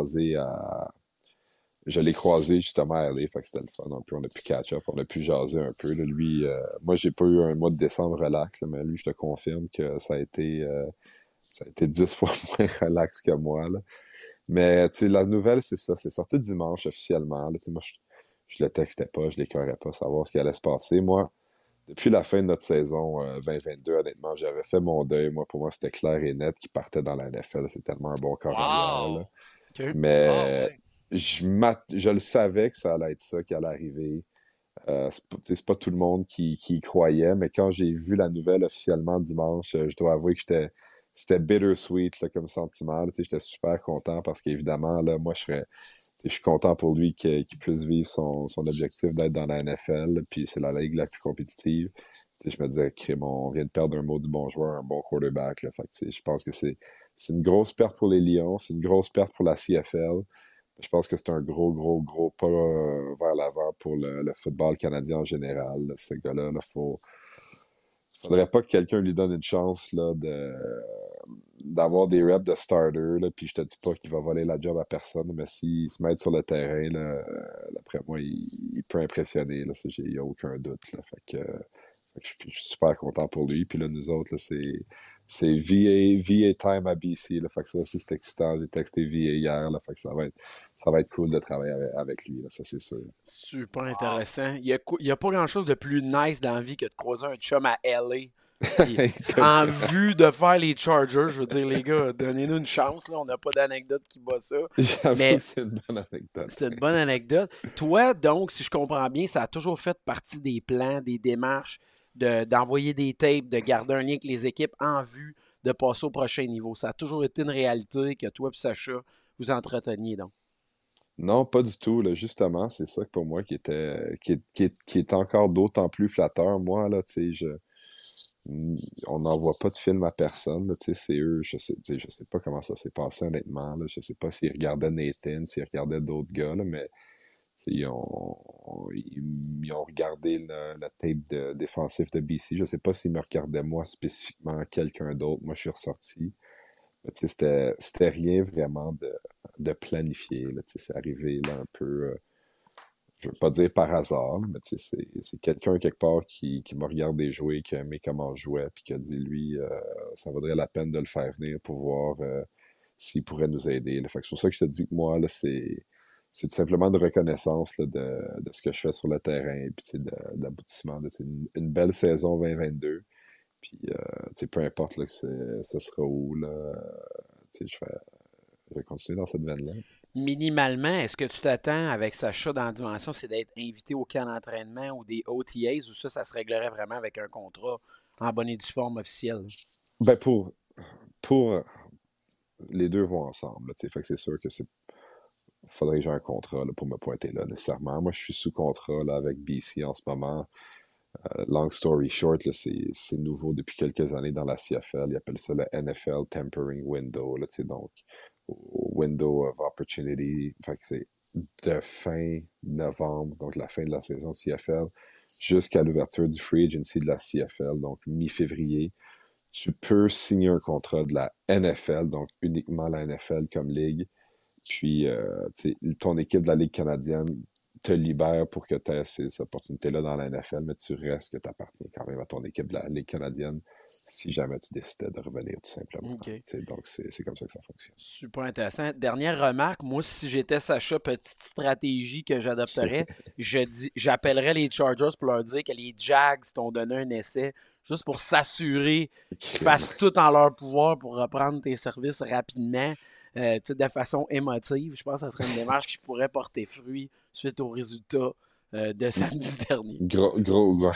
[SPEAKER 3] je l'ai croisé justement à LA, fait que c'était le fun. Puis on a pu catch-up, on a pu jaser un peu. Là. Lui, moi, j'ai pas eu un mois de décembre relax, là, mais lui, je te confirme que ça a été 10 fois moins relax que moi. Là. Mais tu sais, la nouvelle, c'est ça. C'est sorti dimanche officiellement. Là. Tu sais, moi, je le textais pas, je l'écœurais pas, savoir ce qui allait se passer. Moi, depuis la fin de notre saison 2022, honnêtement, j'avais fait mon deuil. Moi, pour moi, c'était clair et net qu'il partait dans la NFL. C'est tellement un bon corps arrière. Là.
[SPEAKER 2] Wow!
[SPEAKER 1] OK.
[SPEAKER 2] Ah
[SPEAKER 3] Mais
[SPEAKER 2] ouais.
[SPEAKER 3] je le savais que ça allait être ça qui allait arriver. C'est pas tout le monde qui y croyait, mais quand j'ai vu la nouvelle officiellement dimanche, je dois avouer que c'était bittersweet là, comme sentiment. Là, j'étais super content parce qu'évidemment, là, moi, je suis content pour lui qu'il puisse vivre son objectif d'être dans la NFL, puis c'est la ligue la plus compétitive. Je me disais, crime, on vient de perdre un mot du bon joueur, un bon quarterback. Là, fait que, je pense que c'est une grosse perte pour les Lions, c'est une grosse perte pour la CFL. Je pense que c'est un gros, gros, gros pas vers l'avant pour le football canadien en général. Là. Ce gars-là, faudrait pas que quelqu'un lui donne une chance là, d'avoir des reps de starter. Là, puis je te dis pas qu'il va voler la job à personne, mais s'il se met sur le terrain, là, d'après moi, il peut impressionner. Là, ça, il n'y a aucun doute. Là. Fait que je suis super content pour lui. Puis là, nous autres, là, c'est VA time à BC. Là. Fait que ça aussi, c'est excitant. J'ai texté VA hier. Là. Fait que ça va être cool de travailler avec lui. Là. Ça, c'est sûr.
[SPEAKER 1] Super
[SPEAKER 2] Wow!
[SPEAKER 1] intéressant. Il y a pas grand-chose de plus nice dans la vie que de croiser un chum à LA. Puis
[SPEAKER 3] Écoute,
[SPEAKER 1] en vue de faire les Chargers, je veux dire, les gars, donnez-nous une chance. Là. On n'a pas d'anecdote qui bat ça.
[SPEAKER 3] j'avoue
[SPEAKER 1] Mais
[SPEAKER 3] que c'est une bonne anecdote.
[SPEAKER 1] c'est une bonne anecdote. Toi, donc, si je comprends bien, ça a toujours fait partie des plans, des démarches, d'envoyer des tapes, de garder un lien avec les équipes en vue de passer au prochain niveau. Ça a toujours été une réalité que toi et Sacha vous entreteniez, donc.
[SPEAKER 3] Non, pas du tout. Là. Justement, c'est ça que pour moi qui est encore d'autant plus flatteur. Moi, là, tu sais, on n'envoie pas de film à personne. Là, tu sais, c'est eux. Tu sais, je sais pas comment ça s'est passé honnêtement. Là. Je sais pas s'ils regardaient Nathan, s'ils regardaient d'autres gars, là, mais tu sais, ils ont regardé le tape défensif de BC. Je sais pas s'ils me regardaient moi spécifiquement, quelqu'un d'autre. Moi, je suis ressorti. Mais tu sais, c'était rien vraiment de planifié. Là, tu sais, c'est arrivé là, un peu, je veux pas dire par hasard, mais tu sais, c'est quelqu'un quelque part qui m'a regardé jouer, qui a aimé comment je jouais, puis qui a dit, lui, ça vaudrait la peine de le faire venir pour voir s'il pourrait nous aider. Là. Fait que c'est pour ça que je te dis que moi, là, c'est tout simplement une reconnaissance là, de ce que je fais sur le terrain, puis tu sais, d'aboutissement de tu sais, une belle saison 2022. Puis, tu sais, peu importe là, que ce sera où, là, tu sais, je vais continuer dans cette veine-là.
[SPEAKER 1] Minimalement, est-ce que tu t'attends avec Sacha dans la dimension, c'est d'être invité au camp d'entraînement ou des OTAs ou ça se réglerait vraiment avec un contrat en bonne et due forme officielle?
[SPEAKER 3] Ben, pour les deux vont ensemble, là, tu sais, fait que c'est sûr que faudrait que j'ai un contrat là, pour me pointer là, nécessairement. Moi, je suis sous contrat là, avec BC en ce moment. Long story short, là, c'est nouveau depuis quelques années dans la CFL. Ils appellent ça le NFL Tempering Window. Là, tu sais, donc, Window of Opportunity. Fait que c'est de fin novembre, donc la fin de la saison CFL, jusqu'à l'ouverture du free agency de la CFL, donc mi-février. Tu peux signer un contrat de la NFL, donc uniquement la NFL comme ligue. Puis, tu sais, ton équipe de la Ligue canadienne te libère pour que tu aies ces opportunités-là dans la NFL, mais tu restes que tu appartiens quand même à ton équipe de la Ligue canadienne si jamais tu décidais de revenir, tout simplement.
[SPEAKER 1] OK.
[SPEAKER 3] Tu sais, donc, c'est comme ça que ça fonctionne.
[SPEAKER 1] Super intéressant. Dernière remarque, moi, si j'étais Sacha, petite stratégie que j'adopterais, j'appellerais les Chargers pour leur dire que les Jags t'ont donné un essai, juste pour s'assurer qu'ils fassent tout en leur pouvoir pour reprendre tes services rapidement, tu sais, de façon émotive. Je pense que ça serait une démarche qui pourrait porter fruit suite aux résultats de samedi dernier.
[SPEAKER 3] Gros.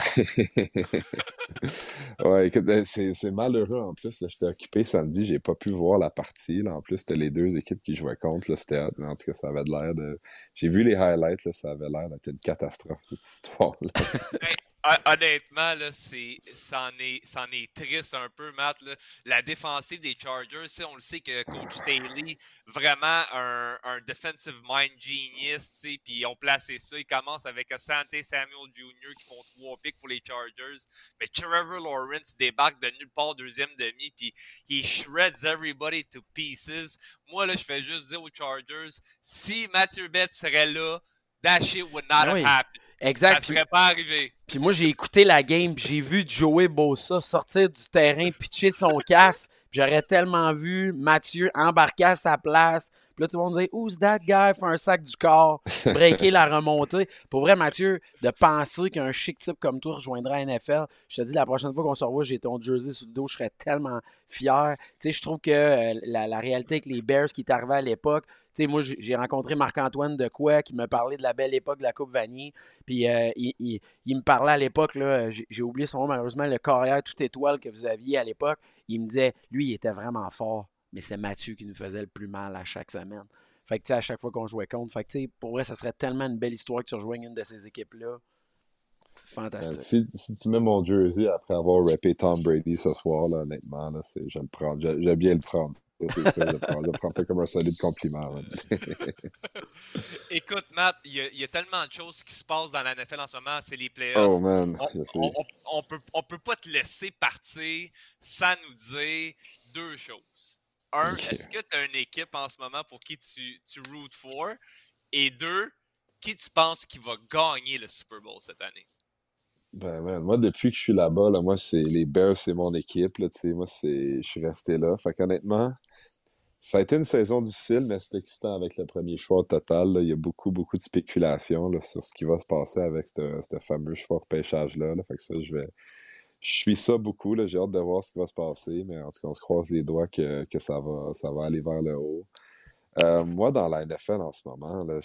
[SPEAKER 3] Ouais, écoute, c'est malheureux en plus. Là, j'étais occupé samedi, j'ai pas pu voir la partie. Là. En plus, c'était les deux équipes qui jouaient contre. Là, c'était hot, mais en tout cas, ça avait de l'air de. J'ai vu les highlights, là, ça avait l'air d'être une catastrophe, toute cette histoire-là.
[SPEAKER 2] Honnêtement, là, c'en est triste un peu, Matt. Là. La défensive des Chargers, on le sait que Coach Staley, vraiment un defensive mind genius, puis ils ont placé ça. Ils commencent avec Asante Samuel Jr. qui font 3 picks pour les Chargers. Mais Trevor Lawrence débarque de nulle part deuxième demi, puis he shreds everybody to pieces. Moi, là, je fais juste dire aux Chargers, si Matthew Betts serait là, that shit would not have happened.
[SPEAKER 1] Exact.
[SPEAKER 2] Ça serait pas arrivé.
[SPEAKER 1] Puis moi, j'ai écouté la game, puis j'ai vu Joey Bosa sortir du terrain, pitcher son casque. J'aurais tellement vu Mathieu embarquer à sa place. Puis là, tout le monde disait « Who's that guy? » Fait un sac du corps, breaker la remontée. Pour vrai, Mathieu, de penser qu'un chic type comme toi rejoindra la NFL, je te dis, la prochaine fois qu'on se revoit, j'ai ton jersey sur le dos, je serais tellement fier. Tu sais, je trouve que la réalité avec les Bears qui est arrivée à l'époque, tu sais, moi, j'ai rencontré Marc-Antoine Decoy qui me parlait de la belle époque de la Coupe Vanier. Puis il me parlait à l'époque, là, j'ai oublié son nom malheureusement, le carrière tout étoile que vous aviez à l'époque. Il me disait, lui, il était vraiment fort, mais c'est Mathieu qui nous faisait le plus mal à chaque semaine. Fait que, tu sais, à chaque fois qu'on jouait contre. Fait que, tu sais, pour vrai, ça serait tellement une belle histoire que tu rejoignes une de ces équipes-là. Fantastique.
[SPEAKER 3] Si tu mets mon jersey après avoir rappé Tom Brady ce soir, là, honnêtement, là, je vais bien le prendre. Ça, c'est sûr, je vais prendre ça comme un solide compliment.
[SPEAKER 2] Écoute, Matt, il y a tellement de choses qui se passent dans la NFL en ce moment, c'est les playoffs.
[SPEAKER 3] Oh man, je sais.
[SPEAKER 2] On peut pas te laisser partir sans nous dire deux choses. Un, est-ce que tu as une équipe en ce moment pour qui tu root for? Et deux, qui tu penses qui va gagner le Super Bowl cette année?
[SPEAKER 3] Ben, man, moi, depuis que je suis là-bas, là, moi, c'est les Bears, c'est mon équipe. Là, moi, je suis resté là. Fait qu'honnêtement, ça a été une saison difficile, mais c'est excitant avec le premier choix au total. Là. Il y a beaucoup de spéculation là, sur ce qui va se passer avec ce fameux choix repêchage-là. Là. Fait que ça, je suis ça beaucoup. Là. J'ai hâte de voir ce qui va se passer, mais en tout cas, on se croise les doigts que ça va aller vers le haut. Moi, dans la NFL en ce moment, là,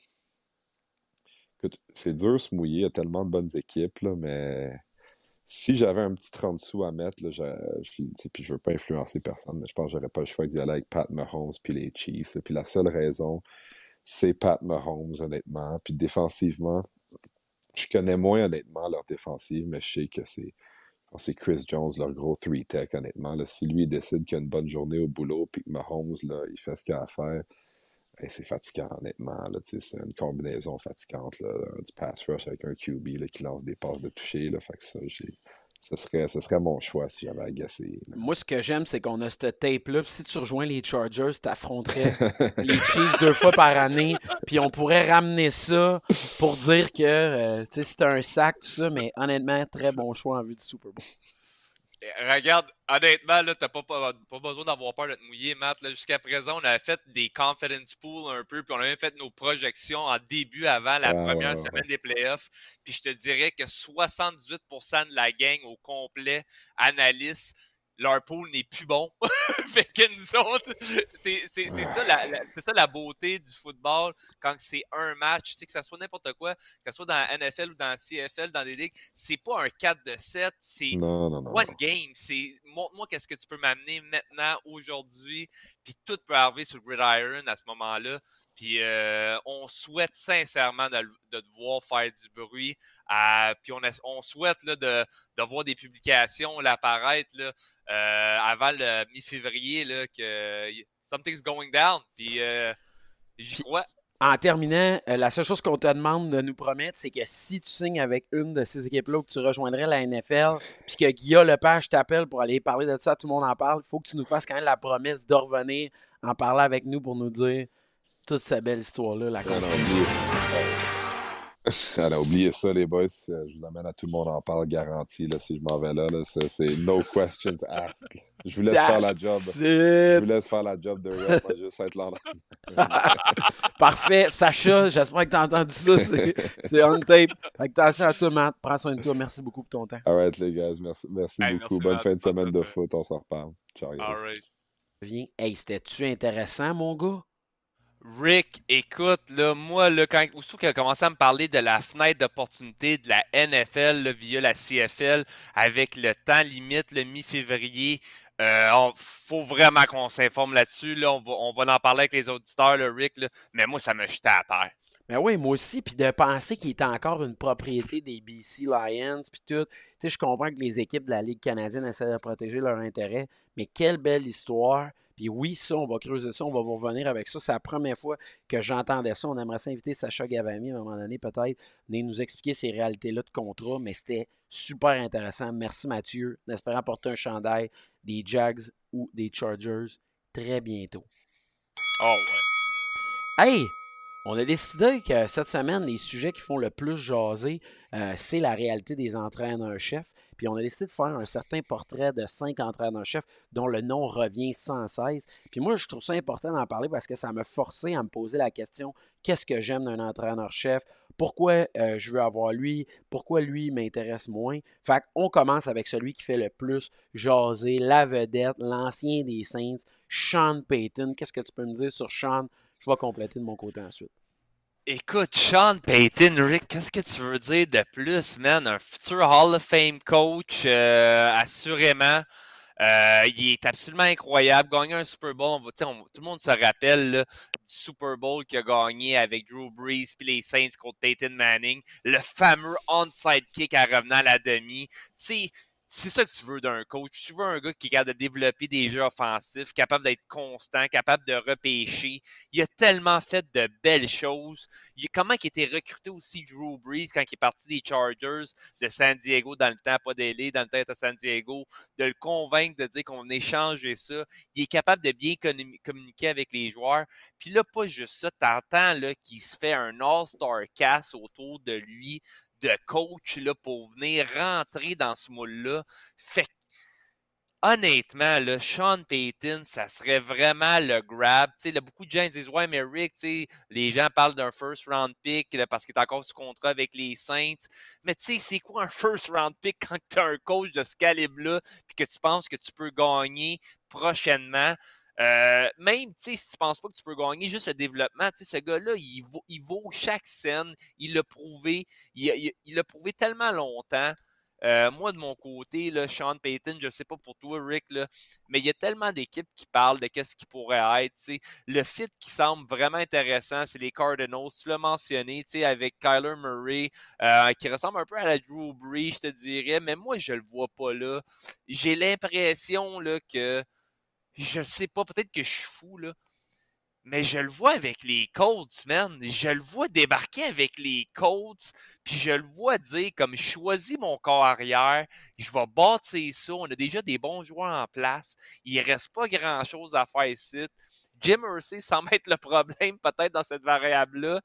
[SPEAKER 3] écoute, c'est dur de se mouiller. Il y a tellement de bonnes équipes, là, mais si j'avais un petit 30 sous à mettre, là, puis je veux pas influencer personne, mais je pense que j'aurais pas le choix d'y aller avec Pat Mahomes puis les Chiefs. Puis la seule raison, c'est Pat Mahomes, honnêtement. Puis défensivement, je connais moins, honnêtement, leur défensive, mais je sais que c'est Chris Jones, leur gros 3-tech, honnêtement. Là, si lui, il décide qu'il a une bonne journée au boulot, puis que Mahomes, là, il fait ce qu'il a à faire, ben, c'est fatigant, honnêtement. Là, c'est une combinaison fatigante, là, du pass rush avec un QB là, qui lance des passes de toucher. Là, fait que ça serait mon choix si j'avais agacé. Là.
[SPEAKER 1] Moi, ce que j'aime, c'est qu'on a cette tape-là. Si tu rejoins les Chargers, tu affronterais les Chiefs 2 fois par année. Puis on pourrait ramener ça pour dire que c'est un sac, tout ça. Mais honnêtement, très bon choix en vue du Super Bowl.
[SPEAKER 2] Regarde, honnêtement, là, t'as pas besoin d'avoir peur de te mouiller, Matt. Là. Jusqu'à présent, on a fait des confidence pools un peu, puis on a même fait nos projections en début avant la
[SPEAKER 3] Ouais, ouais,
[SPEAKER 2] première
[SPEAKER 3] ouais, ouais.
[SPEAKER 2] semaine des playoffs. Puis je te dirais que 78% de la gang au complet analyse leur pool n'est plus bon. Fait que nous autres, c'est ça c'est ça la beauté du football quand c'est un match, tu sais, que ça soit n'importe quoi, que ça soit dans la NFL ou dans la CFL, dans les ligues, c'est pas un 4-7, c'est
[SPEAKER 3] Non, non, non,
[SPEAKER 2] one
[SPEAKER 3] non.
[SPEAKER 2] game. C'est montre-moi qu'est-ce que tu peux m'amener maintenant, aujourd'hui, puis tout peut arriver sur le gridiron à ce moment-là. Puis on souhaite sincèrement de te voir faire du bruit. Puis on souhaite là, de voir des publications là, apparaître là, avant le mi-février là, que something's going down. Puis j'y
[SPEAKER 1] Puis,
[SPEAKER 2] crois.
[SPEAKER 1] en terminant, la seule chose qu'on te demande de nous promettre, c'est que si tu signes avec une de ces équipes-là ou que tu rejoindrais la NFL, puis que Guillaume Lepage t'appelle pour aller parler de ça, tout le monde en parle, il faut que tu nous fasses quand même la promesse de revenir en parler avec nous pour nous dire toute cette belle histoire-là, la
[SPEAKER 3] Non, non,
[SPEAKER 1] conclusion.
[SPEAKER 3] oubliez ça. Alors, oubliez ça, les boys. Je vous amène à tout le monde en parle, garanti, là, si je m'en vais là. C'est no questions asked. Je vous laisse faire la job.
[SPEAKER 1] That's
[SPEAKER 3] Je vous
[SPEAKER 1] it!
[SPEAKER 3] laisse faire la job de ref. Moi, je vais juste être là.
[SPEAKER 1] Parfait. Sacha, j'espère que tu as entendu ça. C'est on tape. Fait que attention à toi, Matt. Prends soin de toi. Merci beaucoup pour ton temps.
[SPEAKER 3] All right, les gars. Merci
[SPEAKER 2] Hey,
[SPEAKER 3] beaucoup.
[SPEAKER 2] merci,
[SPEAKER 3] Bonne
[SPEAKER 2] Matt.
[SPEAKER 3] fin de
[SPEAKER 2] Bonne
[SPEAKER 3] semaine de
[SPEAKER 2] soirée.
[SPEAKER 3] foot. On s'en reparle. Ciao,
[SPEAKER 2] All
[SPEAKER 3] guys.
[SPEAKER 2] right.
[SPEAKER 1] Viens. Hey, c'était-tu intéressant, mon gars?
[SPEAKER 2] Rick, écoute, là, moi, là, aussitôt qu'il a commencé à me parler de la fenêtre d'opportunité de la NFL là, via la CFL avec le temps limite, le mi-février, faut vraiment qu'on s'informe là-dessus. Là, on va en parler avec les auditeurs, là, Rick, là, mais moi, ça me jetait à terre.
[SPEAKER 1] Ben oui, moi aussi. Puis de penser qu'il était encore une propriété des BC Lions, puis tout. Tu sais, je comprends que les équipes de la Ligue canadienne essaient de protéger leurs intérêts, mais quelle belle histoire. Puis oui, ça, on va creuser ça, on va vous revenir avec ça. C'est la première fois que j'entendais ça. On aimerait s'inviter Sacha Gavami à un moment donné, peut-être, venir nous expliquer ces réalités-là de contrat, mais c'était super intéressant. Merci Mathieu, en espérant porter un chandail des Jags ou des Chargers très bientôt.
[SPEAKER 2] Oh, ouais.
[SPEAKER 1] Hey! On a décidé que cette semaine, les sujets qui font le plus jaser, c'est la réalité des entraîneurs-chefs. Puis on a décidé de faire un certain portrait de 5 entraîneurs-chefs dont le nom revient sans cesse. Puis moi, je trouve ça important d'en parler parce que ça m'a forcé à me poser la question, qu'est-ce que j'aime d'un entraîneur-chef? Pourquoi je veux avoir lui? Pourquoi lui m'intéresse moins? Fait qu'on commence avec celui qui fait le plus jaser, la vedette, l'ancien des Saints, Sean Payton. Qu'est-ce que tu peux me dire sur Sean? Je vais compléter de mon côté ensuite.
[SPEAKER 2] Écoute, Sean Payton, Rick, qu'est-ce que tu veux dire de plus, man? Un futur Hall of Fame coach, assurément. Il est absolument incroyable. Gagner un Super Bowl, tout le monde se rappelle là, du Super Bowl qu'il a gagné avec Drew Brees puis les Saints contre Peyton Manning. Le fameux onside kick à revenant à la demi. Tu sais, c'est ça que tu veux d'un coach. Tu veux un gars qui est capable de développer des jeux offensifs, capable d'être constant, capable de repêcher. Il a tellement fait de belles choses. Comment il a été recruté aussi Drew Brees quand il est parti des Chargers de San Diego dans le temps, pas d'LA, dans le temps de San Diego, de le convaincre de dire qu'on échangeait ça. Il est capable de bien communiquer avec les joueurs. Puis là, pas juste ça, t'entends là, qu'il se fait un All-Star cast autour de lui, de coach là, pour venir rentrer dans ce moule-là. Fait que, honnêtement, là, Sean Payton, ça serait vraiment le grab. Tu sais, là, beaucoup de gens disent ouais, mais Rick, tu sais, les gens parlent d'un first round pick là, parce qu'il est encore sous contrat avec les Saints. Mais tu sais, c'est quoi un first round pick quand tu as un coach de ce calibre-là puis que tu penses que tu peux gagner prochainement? Même si tu penses pas que tu peux gagner juste le développement, ce gars-là, il vaut chaque scène. Il l'a prouvé. Il l'a prouvé tellement longtemps. Moi, de mon côté, là, Sean Payton, je ne sais pas pour toi, Rick, là, mais il y a tellement d'équipes qui parlent de qu'est-ce qu'il pourrait être. T'sais. Le fit qui semble vraiment intéressant, c'est les Cardinals. Tu l'as mentionné, avec Kyler Murray, qui ressemble un peu à la Drew Brees, je te dirais, mais moi, je le vois pas là. J'ai l'impression là, que, je ne sais pas, peut-être que je suis fou, là, mais je le vois avec les Colts, man. Je le vois débarquer avec les Colts, puis je le vois dire comme je choisis mon corps arrière, je vais bâtir ça. On a déjà des bons joueurs en place. Il ne reste pas grand-chose à faire ici. Jim Irsay semble être le problème peut-être dans cette variable-là,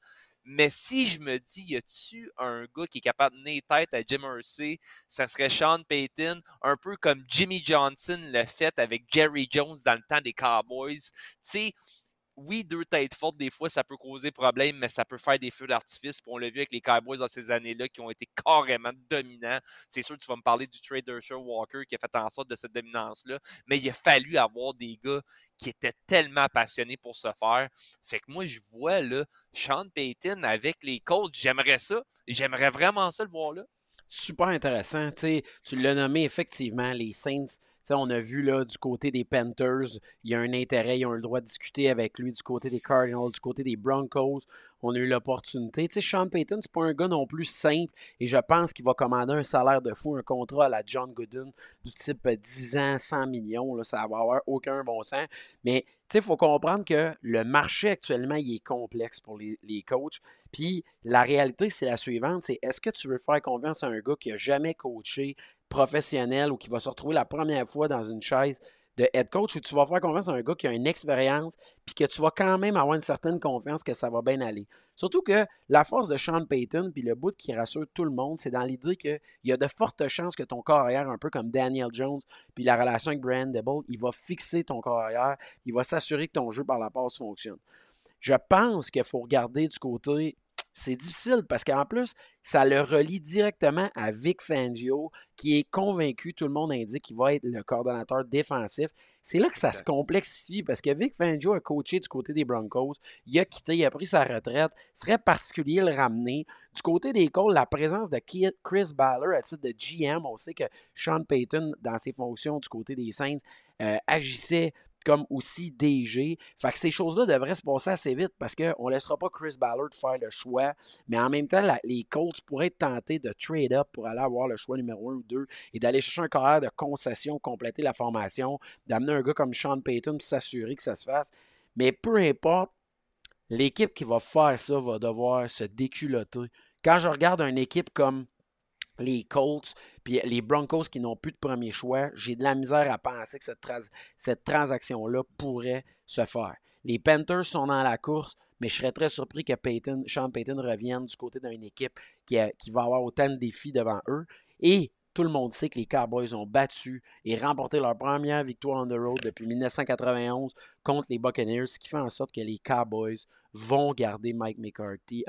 [SPEAKER 2] Mais si je me dis, y a-tu un gars qui est capable de tenir tête à Jim Irsay, ça serait Sean Payton, un peu comme Jimmy Johnson l'a fait avec Jerry Jones dans le temps des Cowboys. Tu sais, oui, deux têtes fortes, des fois, ça peut causer problème, mais ça peut faire des feux d'artifice. Puis on l'a vu avec les Cowboys dans ces années-là qui ont été carrément dominants. C'est sûr, tu vas me parler du trade d'Herschel Walker qui a fait en sorte de cette dominance-là, mais il a fallu avoir des gars qui étaient tellement passionnés pour se faire. Fait que moi, je vois là, Sean Payton avec les Colts, j'aimerais ça. J'aimerais vraiment ça le voir là.
[SPEAKER 1] Super intéressant. Tu l'as nommé effectivement, les Saints. On a vu là, du côté des Panthers, il y a un intérêt, ils ont eu le droit de discuter avec lui du côté des Cardinals, du côté des Broncos. On a eu l'opportunité. Sean Payton, c'est pas un gars non plus simple et je pense qu'il va commander un salaire de fou, un contrat à la John Gooden du type 10 ans, 100 millions. Là, ça va avoir aucun bon sens. Mais il faut comprendre que le marché actuellement, il est complexe pour les coachs. Puis la réalité, c'est la suivante, c'est est-ce que tu veux faire confiance à un gars qui n'a jamais coaché professionnel ou qui va se retrouver la première fois dans une chaise de head coach ou tu vas faire confiance à un gars qui a une expérience puis que tu vas quand même avoir une certaine confiance que ça va bien aller. Surtout que la force de Sean Payton puis le bout qui rassure tout le monde, c'est dans l'idée qu'il y a de fortes chances que ton corps arrière, un peu comme Daniel Jones puis la relation avec Brian Daboll, il va fixer ton corps arrière, il va s'assurer que ton jeu par la passe fonctionne. Je pense qu'il faut regarder du côté. C'est difficile parce qu'en plus, ça le relie directement à Vic Fangio, qui est convaincu, tout le monde indique qu'il va être le coordonnateur défensif. C'est là que ça se complexifie parce que Vic Fangio a coaché du côté des Broncos. Il a quitté, il a pris sa retraite. Ce serait particulier le ramener. Du côté des Colts, la présence de Chris Ballard à titre de GM, on sait que Sean Payton, dans ses fonctions du côté des Saints, agissait comme aussi DG. Fait que ces choses-là devraient se passer assez vite parce qu'on ne laissera pas Chris Ballard faire le choix. Mais en même temps, les Colts pourraient être tentés de trade up pour aller avoir le choix numéro 1 ou 2 et d'aller chercher un carrière de concession, compléter la formation, d'amener un gars comme Sean Payton pour s'assurer que ça se fasse. Mais peu importe, l'équipe qui va faire ça va devoir se déculotter. Quand je regarde une équipe comme les Colts, puis les Broncos qui n'ont plus de premier choix, j'ai de la misère à penser que cette transaction-là pourrait se faire. Les Panthers sont dans la course, mais je serais très surpris que Sean Payton revienne du côté d'une équipe qui va avoir autant de défis devant eux. Et tout le monde sait que les Cowboys ont battu et remporté leur première victoire on the road depuis 1991 contre les Buccaneers, ce qui fait en sorte que les Cowboys vont garder Mike McCarthy,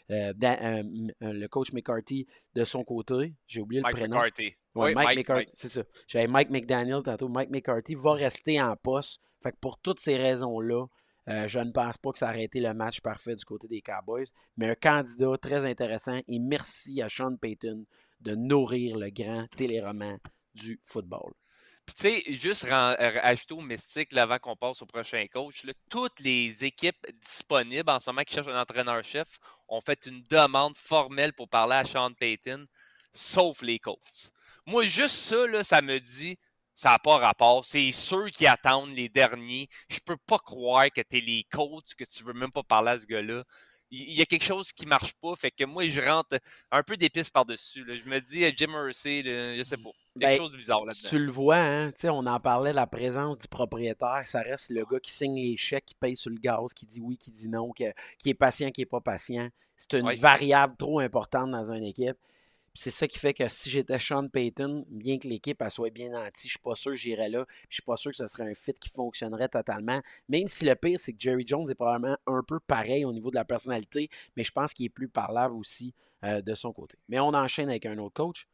[SPEAKER 1] le coach McCarthy de son côté. J'ai oublié le prénom.
[SPEAKER 2] McCarthy.
[SPEAKER 1] Ouais,
[SPEAKER 2] Oui,
[SPEAKER 1] Mike McCarthy, c'est ça. J'avais Mike McDaniel tantôt. Mike McCarthy va rester en poste. Fait que pour toutes ces raisons-là, je ne pense pas que ça aurait été le match parfait du côté des Cowboys. Mais un candidat très intéressant et merci à Sean Payton de nourrir le grand téléroman du football.
[SPEAKER 2] Puis tu sais, juste ajouter au mystique là, avant qu'on passe au prochain coach, là, toutes les équipes disponibles en ce moment qui cherchent un entraîneur-chef ont fait une demande formelle pour parler à Sean Payton, sauf les Colts. Moi, juste ça, là, ça me dit, ça n'a pas rapport. C'est ceux qui attendent les derniers. Je peux pas croire que tu es les Colts, que tu veux même pas parler à ce gars-là. Il y a quelque chose qui marche pas. Fait que moi, je rentre un peu d'épices par-dessus. Là. Je me dis, Jim Irsay, je sais pas. Quelque chose de bizarre là-dedans.
[SPEAKER 1] Tu le vois, hein? On en parlait, la présence du propriétaire, ça reste le gars qui signe les chèques, qui paye sur le gaz, qui dit oui, qui dit non, qui est patient, qui n'est pas patient. C'est une variable trop importante dans une équipe. C'est ça qui fait que si j'étais Sean Payton, bien que l'équipe soit bien nantie, je suis pas sûr que j'irais là. Je suis pas sûr que ce serait un fit qui fonctionnerait totalement. Même si le pire, c'est que Jerry Jones est probablement un peu pareil au niveau de la personnalité, mais je pense qu'il est plus parlable aussi de son côté. Mais on enchaîne avec un autre coach.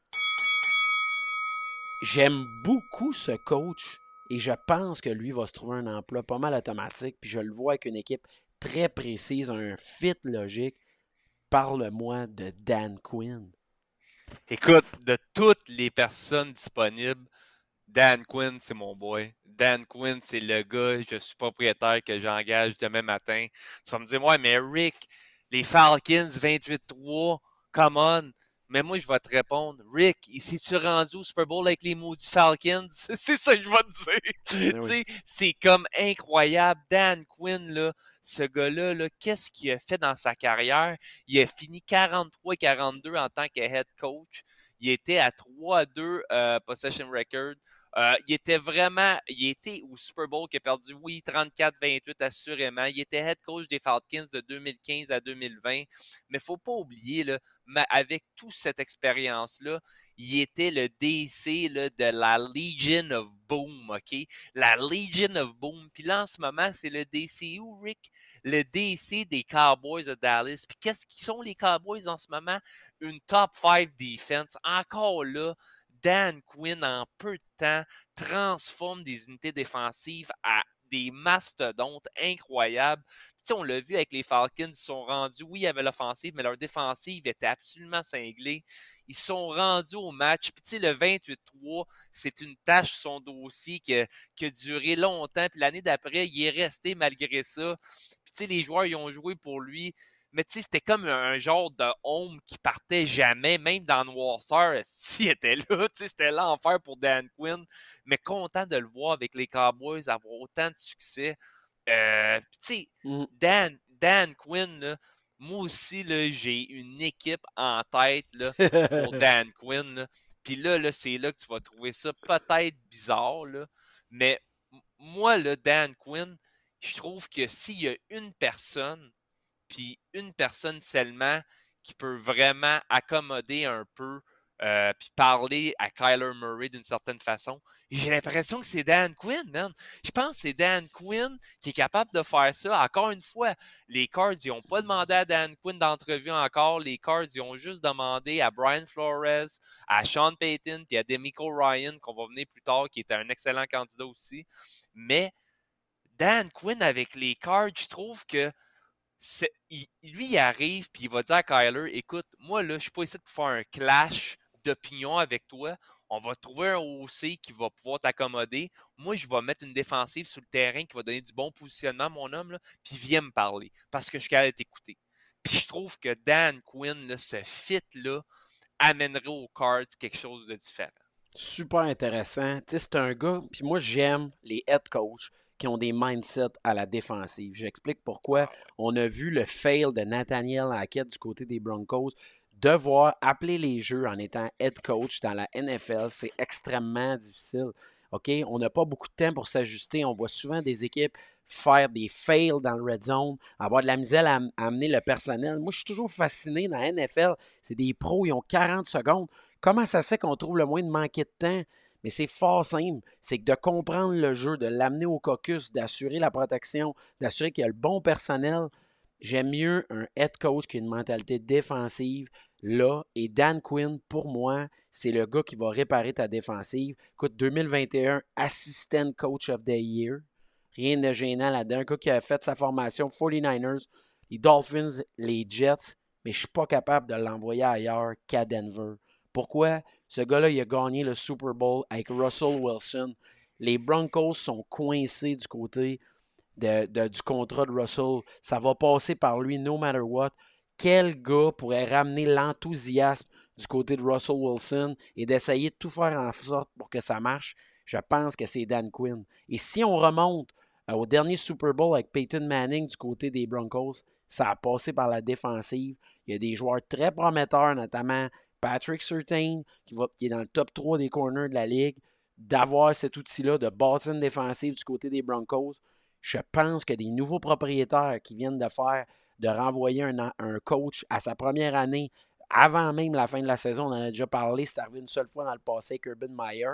[SPEAKER 1] J'aime beaucoup ce coach et je pense que lui va se trouver un emploi pas mal automatique. Puis je le vois avec une équipe très précise, un fit logique. Parle-moi de Dan Quinn.
[SPEAKER 2] Écoute, de toutes les personnes disponibles, Dan Quinn, c'est mon boy. Dan Quinn, c'est le gars, je suis propriétaire que j'engage demain matin. Tu vas me dire, ouais, mais Rick, les Falcons 28-3, come on. Mais moi, je vais te répondre, Rick, ici tu rendu au Super Bowl avec les maudits Falcons? C'est ça que je vais te dire. Oui. C'est comme incroyable. Dan Quinn, là, ce gars-là, là, qu'est-ce qu'il a fait dans sa carrière? Il a fini 43-42 en tant que head coach. Il était à 3-2 possession record. Il était au Super Bowl qui a perdu, oui, 34-28 assurément. Il était head coach des Falcons de 2015 à 2020. Mais faut pas oublier, là, avec toute cette expérience-là, il était le DC là, de la Legion of Boom, OK? La Legion of Boom. Puis là, en ce moment, c'est le DCU, Rick. Le DC des Cowboys de Dallas. Puis qu'est-ce qu'ils sont, les Cowboys, en ce moment? Une top 5 defense. Encore là, Dan Quinn, en peu de temps, transforme des unités défensives à des mastodontes incroyables. Puis, on l'a vu avec les Falcons, ils sont rendus, oui, il y avait l'offensive, mais leur défensive était absolument cinglée. Ils sont rendus au match. Puis, le 28-3, c'est une tâche sur son dossier qui a duré longtemps. Puis l'année d'après, il est resté malgré ça. Puis, les joueurs, ils ont joué pour lui. Mais c'était comme un genre de home qui partait jamais, même dans Noirceur, s'il était là, c'était l'enfer pour Dan Quinn, mais content de le voir avec les Cowboys avoir autant de succès. Dan Quinn, là, moi aussi, là, j'ai une équipe en tête là, pour Dan Quinn. Là. Puis là, c'est là que tu vas trouver ça peut-être bizarre, là, mais moi, là, Dan Quinn, je trouve que s'il y a une personne puis une personne seulement qui peut vraiment accommoder un peu puis parler à Kyler Murray d'une certaine façon. J'ai l'impression que c'est Dan Quinn, man. Je pense que c'est Dan Quinn qui est capable de faire ça. Encore une fois, les Cards, ils n'ont pas demandé à Dan Quinn d'entrevue encore. Les Cards, ils ont juste demandé à Brian Flores, à Sean Payton, puis à Demico Ryan, qu'on va venir plus tard, qui était un excellent candidat aussi. Mais Dan Quinn avec les Cards, je trouve que lui, il arrive puis il va dire à Kyler, écoute, moi là, je suis pas ici pour faire un clash d'opinion avec toi. On va trouver un OC qui va pouvoir t'accommoder. Moi, je vais mettre une défensive sur le terrain qui va donner du bon positionnement à mon homme, là, puis viens me parler parce que je suis capable de t'écouter. Puis je trouve que Dan Quinn, là, ce fit-là, amènerait aux Cards quelque chose de différent.
[SPEAKER 1] Super intéressant. Tu sais, c'est un gars, puis moi j'aime les head coachs qui ont des mindsets à la défensive. J'explique pourquoi.
[SPEAKER 2] Ah ouais.
[SPEAKER 1] On a vu le fail de Nathaniel Hackett du côté des Broncos. Devoir appeler les jeux en étant head coach dans la NFL, c'est extrêmement difficile. OK? On n'a pas beaucoup de temps pour s'ajuster. On voit souvent des équipes faire des fails dans le red zone, avoir de la misère à amener le personnel. Moi, je suis toujours fasciné dans la NFL. C'est des pros, ils ont 40 secondes. Comment ça se fait qu'on trouve le moins de manquer de temps? Mais c'est fort simple. C'est que de comprendre le jeu, de l'amener au caucus, d'assurer la protection, d'assurer qu'il y a le bon personnel. J'aime mieux un head coach qui a une mentalité défensive là. Et Dan Quinn, pour moi, c'est le gars qui va réparer ta défensive. Écoute, 2021, Assistant Coach of the Year. Rien de gênant là-dedans. Un gars qui a fait sa formation 49ers, les Dolphins, les Jets. Mais je ne suis pas capable de l'envoyer ailleurs qu'à Denver. Pourquoi? Ce gars-là, il a gagné le Super Bowl avec Russell Wilson. Les Broncos sont coincés du côté du contrat de Russell. Ça va passer par lui, no matter what. Quel gars pourrait ramener l'enthousiasme du côté de Russell Wilson et d'essayer de tout faire en sorte pour que ça marche? Je pense que c'est Dan Quinn. Et si on remonte au dernier Super Bowl avec Peyton Manning du côté des Broncos, ça a passé par la défensive. Il y a des joueurs très prometteurs, notamment Patrick Surtain, qui est dans le top 3 des corners de la ligue. D'avoir cet outil-là de bâtir une défensive du côté des Broncos, je pense que des nouveaux propriétaires qui viennent de renvoyer un coach à sa première année, avant même la fin de la saison, on en a déjà parlé, c'est arrivé une seule fois dans le passé avec Urban Meyer,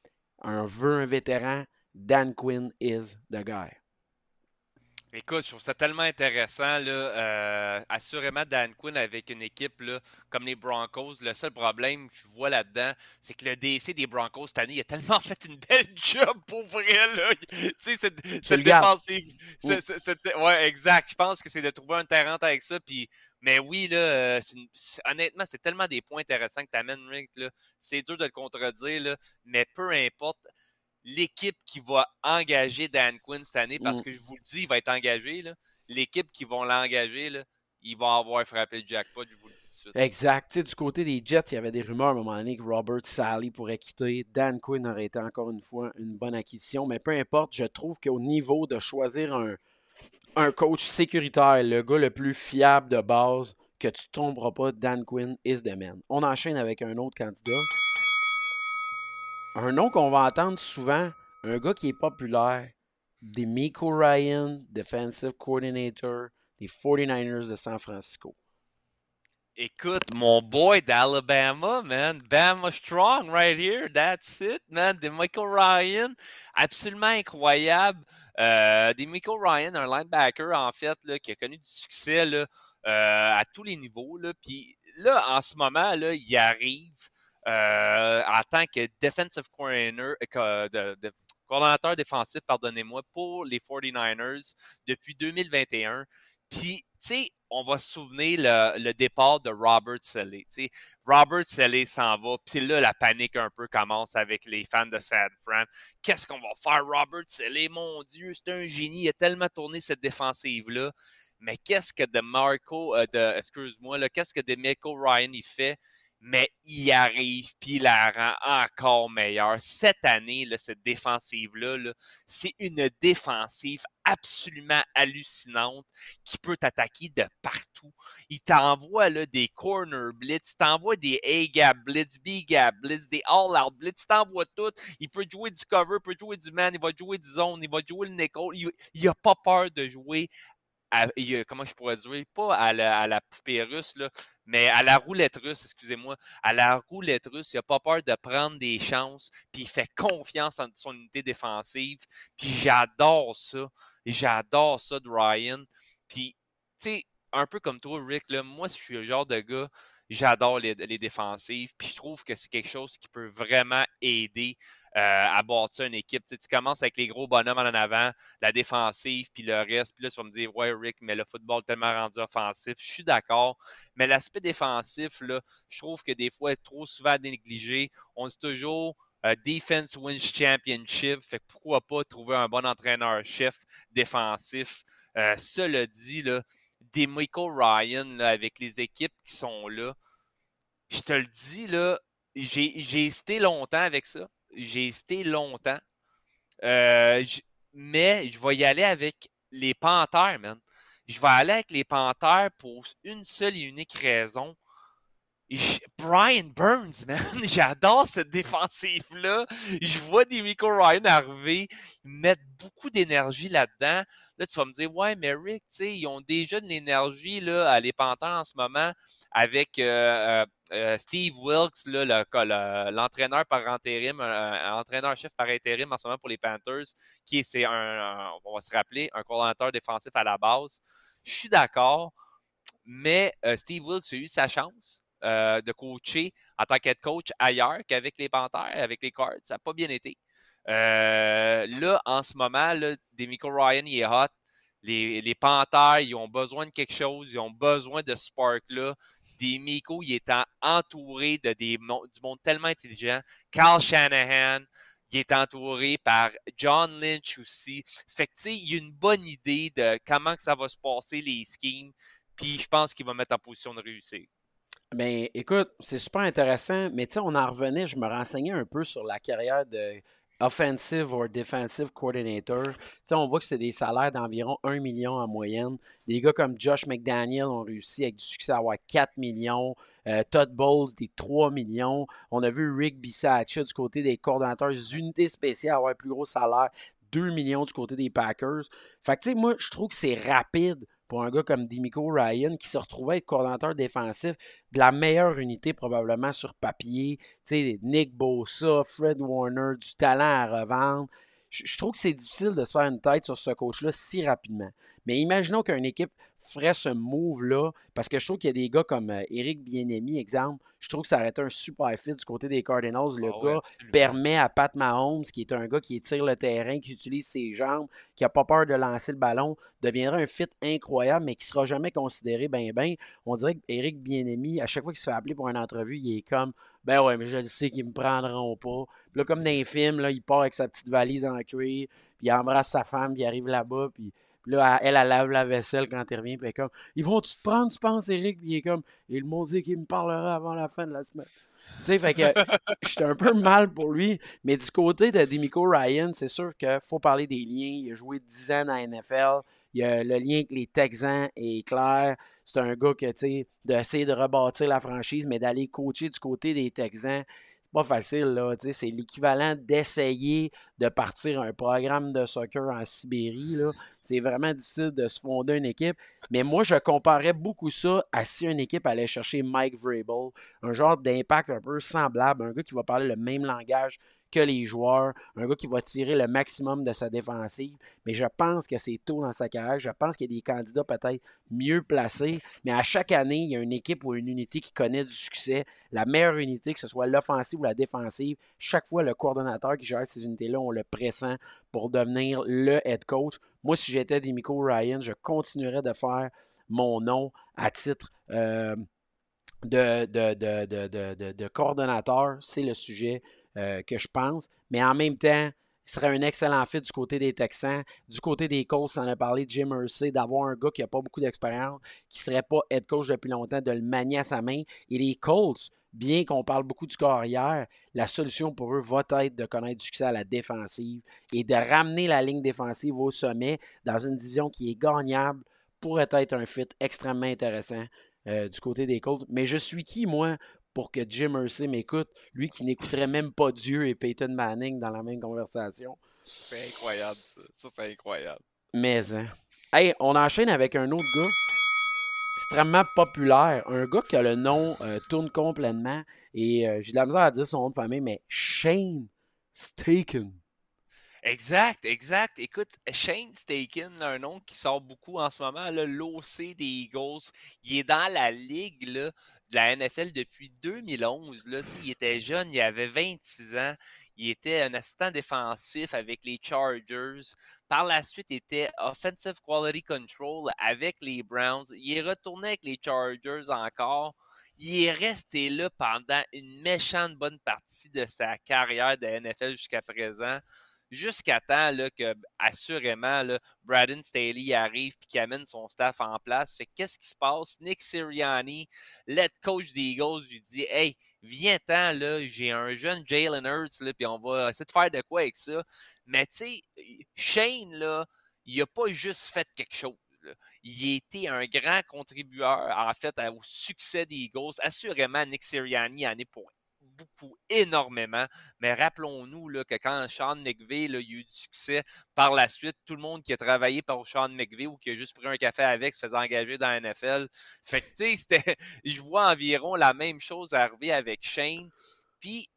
[SPEAKER 1] un vétéran, Dan Quinn is the guy.
[SPEAKER 2] Écoute, je trouve ça tellement intéressant. Là, assurément, Dan Quinn avec une équipe là, comme les Broncos, le seul problème que je vois là-dedans, c'est que le DC des Broncos cette année, il a tellement fait une belle job pour vrai. Là. Tu sais, cette défensive. Ouais, exact. Je pense que c'est de trouver un terrain avec ça. Puis, mais oui, là, honnêtement, c'est tellement des points intéressants que tu amènes, Rick. Là. C'est dur de le contredire, là, mais peu importe. L'équipe qui va engager Dan Quinn cette année, parce que je vous le dis, il va être engagé. Là. L'équipe qui va l'engager, là, il va avoir frappé le jackpot, je vous le dis tout de suite.
[SPEAKER 1] Exact. Tu sais, du côté des Jets, il y avait des rumeurs à un moment donné que Robert Saleh pourrait quitter. Dan Quinn aurait été encore une fois une bonne acquisition. Mais peu importe, je trouve qu'au niveau de choisir un coach sécuritaire, le gars le plus fiable de base, que tu ne tomberas pas, Dan Quinn is the man. On enchaîne avec un autre candidat. Un nom qu'on va entendre souvent, un gars qui est populaire, DeMeco Ryan, Defensive Coordinator des 49ers de San Francisco.
[SPEAKER 2] Écoute, mon boy d'Alabama, man. Bama strong right here. That's it, man. DeMichael Ryan, absolument incroyable. DeMichael Ryan, un linebacker, en fait, là, qui a connu du succès là, à tous les niveaux. Là. Puis là, en ce moment, là, il arrive en tant que defensive coordonnateur défensif, pardonnez-moi, pour les 49ers depuis 2021. Puis, tu sais, on va se souvenir le départ de Robert Saleh. Tu sais, Robert Saleh s'en va, puis là, la panique un peu commence avec les fans de San Fran. Qu'est-ce qu'on va faire, Robert Saleh? Mon Dieu, c'est un génie. Il a tellement tourné cette défensive-là. Mais qu'est-ce que qu'est-ce que DeMeco Ryan il fait? Mais il arrive, puis il la rend encore meilleure. Cette année, là, cette défensive-là, là, c'est une défensive absolument hallucinante qui peut t'attaquer de partout. Il t'envoie là, des corner blitz, il t'envoie des A-gap blitz, B-gap blitz, des all-out blitz, il t'envoie tout. Il peut jouer du cover, il peut jouer du man, il va jouer du zone, il va jouer le nickel. Il n'a pas peur de jouer comment je pourrais dire, pas à la poupée russe, là, mais à la roulette russe, excusez-moi. À la roulette russe, il n'a pas peur de prendre des chances, puis il fait confiance en son unité défensive. Puis j'adore ça. J'adore ça de Ryan. Puis, tu sais, un peu comme toi, Rick, là, moi, je suis le genre de gars, j'adore les défensives. Puis je trouve que c'est quelque chose qui peut vraiment aider à bâtir une équipe. Tu sais, tu commences avec les gros bonhommes en avant, la défensive, puis le reste. Puis là, tu vas me dire, ouais, Rick, mais le football est tellement rendu offensif. Je suis d'accord. Mais l'aspect défensif, là, je trouve que des fois, est trop souvent négligé. On dit toujours Defense wins championship. Fait que pourquoi pas trouver un bon entraîneur-chef défensif. Cela dit, là, DeMeco Ryan, là, avec les équipes qui sont là, je te le dis, là, j'ai hésité longtemps avec ça. J'ai hésité longtemps. Mais je vais y aller avec les Panthers, man. Je vais aller avec les Panthers pour une seule et unique raison. Brian Burns, man, j'adore cette défensive-là. Je vois des Miko Ryan arriver, ils mettent beaucoup d'énergie là-dedans. Là, tu vas me dire, ouais, mais Rick, tu sais, ils ont déjà de l'énergie là, à les Panthers en ce moment avec Steve Wilkes, là, l'entraîneur par intérim, entraîneur-chef par intérim en ce moment pour les Panthers, qui est, on va se rappeler, un coordonnateur défensif à la base. Je suis d'accord, mais Steve Wilkes a eu sa chance de coacher en tant qu'head coach ailleurs qu'avec les Panthers, avec les Cards. Ça n'a pas bien été. Là, en ce moment, là, DeMeco Ryan, il est hot. Les Panthers, ils ont besoin de quelque chose. Ils ont besoin de ce spark-là. DeMeco, il est entouré de du monde tellement intelligent. Kyle Shanahan, il est entouré par John Lynch aussi. Fait que, tu sais, il y a une bonne idée de comment que ça va se passer, les schemes. Puis je pense qu'il va mettre en position de réussir.
[SPEAKER 1] Ben, écoute, c'est super intéressant, mais tu sais, on en revenait, je me renseignais un peu sur la carrière de offensive or defensive coordinator. Tu sais, on voit que c'est des salaires d'environ 1 million en moyenne. Des gars comme Josh McDaniel ont réussi avec du succès à avoir 4 millions. Todd Bowles, des 3 millions. On a vu Rick Bisaccia du côté des coordonnateurs unités spéciales avoir un plus gros salaire, 2 millions du côté des Packers. Fait que, tu sais, moi, je trouve que c'est rapide pour un gars comme DeMeco Ryan qui se retrouvait être coordonnateur défensif de la meilleure unité probablement sur papier. Tu sais, Nick Bosa, Fred Warner, du talent à revendre. Je trouve que c'est difficile de se faire une tête sur ce coach-là si rapidement. Mais imaginons qu'une équipe ferait ce move-là, parce que je trouve qu'il y a des gars comme Eric Bieniemy, exemple, je trouve que ça aurait été un super fit du côté des Cardinals. Le gars permet à Pat Mahomes, qui est un gars qui étire le terrain, qui utilise ses jambes, qui n'a pas peur de lancer le ballon, deviendra un fit incroyable, mais qui ne sera jamais considéré ben. On dirait qu'Éric Bieniemy, à chaque fois qu'il se fait appeler pour une entrevue, il est comme ben ouais, mais je le sais qu'ils me prendront pas. Puis là, comme dans les films, là, il part avec sa petite valise en cuir, puis il embrasse sa femme, puis il arrive là-bas, puis là, elle lave la vaisselle quand il revient, puis elle est comme ils vont-tu te prendre, tu penses, Eric? Puis il est comme ils m'ont dit qu'il me parlera avant la fin de la semaine. Tu sais, fait que j'étais un peu mal pour lui. Mais du côté de DeMeco Ryan, c'est sûr qu'il faut parler des liens. Il a joué 10 ans dans la NFL. Il y a le lien avec les Texans est clair. C'est un gars que, tu sais, d'essayer de rebâtir la franchise, mais d'aller coacher du côté des Texans. pas facile, là. C'est l'équivalent d'essayer de partir un programme de soccer en Sibérie, là. C'est vraiment difficile de se fonder une équipe. Mais moi, je comparais beaucoup ça à si une équipe allait chercher Mike Vrabel, un genre d'impact un peu semblable, un gars qui va parler le même langage que les joueurs, un gars qui va tirer le maximum de sa défensive. Mais je pense que c'est tôt dans sa carrière. Je pense qu'il y a des candidats peut-être mieux placés. Mais à chaque année, il y a une équipe ou une unité qui connaît du succès. La meilleure unité, que ce soit l'offensive ou la défensive, chaque fois, le coordonnateur qui gère ces unités-là, on le pressent pour devenir le head coach. Moi, si j'étais D'Amico Ryan, je continuerais de faire mon nom à titre de coordonnateur. C'est le sujet que je pense. Mais en même temps, il serait un excellent fit du côté des Texans. Du côté des Colts, on a parlé de Jim Irsay, d'avoir un gars qui n'a pas beaucoup d'expérience, qui ne serait pas head coach depuis longtemps, de le manier à sa main. Et les Colts, bien qu'on parle beaucoup du corps arrière, la solution pour eux va être de connaître du succès à la défensive et de ramener la ligne défensive au sommet dans une division qui est gagnable pourrait être un fit extrêmement intéressant du côté des Colts. Mais je suis qui, moi, pour que Jim Irsay m'écoute, lui qui n'écouterait même pas Dieu et Peyton Manning dans la même conversation.
[SPEAKER 2] C'est incroyable, ça. Ça, c'est incroyable.
[SPEAKER 1] Mais, hein. Hey, on enchaîne avec un autre gars extrêmement populaire. Un gars qui a le nom tourne complètement. Et j'ai de la misère à dire son nom de famille, mais Shane Steichen.
[SPEAKER 2] Exact, exact. Écoute, Shane Steichen, là, un nom qui sort beaucoup en ce moment, l'OC des Eagles. Il est dans la ligue là, de la NFL depuis 2011. Là, tu sais, il était jeune, il avait 26 ans. Il était un assistant défensif avec les Chargers. Par la suite, il était Offensive Quality Control avec les Browns. Il est retourné avec les Chargers encore. Il est resté là pendant une méchante bonne partie de sa carrière de NFL jusqu'à présent. Jusqu'à temps là, que, assurément, là, Braden Staley arrive et qu'il amène son staff en place. Fait qu'est-ce qui se passe? Nick Sirianni, l'head coach des Eagles, lui dit hey, viens-t'en, là, j'ai un jeune Jalen Hurts, puis on va essayer de faire de quoi avec ça. Mais tu sais, Shane, là, il n'a pas juste fait quelque chose. Là. Il a été un grand contributeur, en fait, au succès des Eagles. Assurément, Nick Sirianni en est pour beaucoup, énormément. Mais rappelons-nous là, que quand Sean McVay là, il a eu du succès par la suite, tout le monde qui a travaillé par Sean McVay ou qui a juste pris un café avec se faisait engager dans la NFL. Fait que tu sais, je vois environ la même chose arriver avec Shane. Puis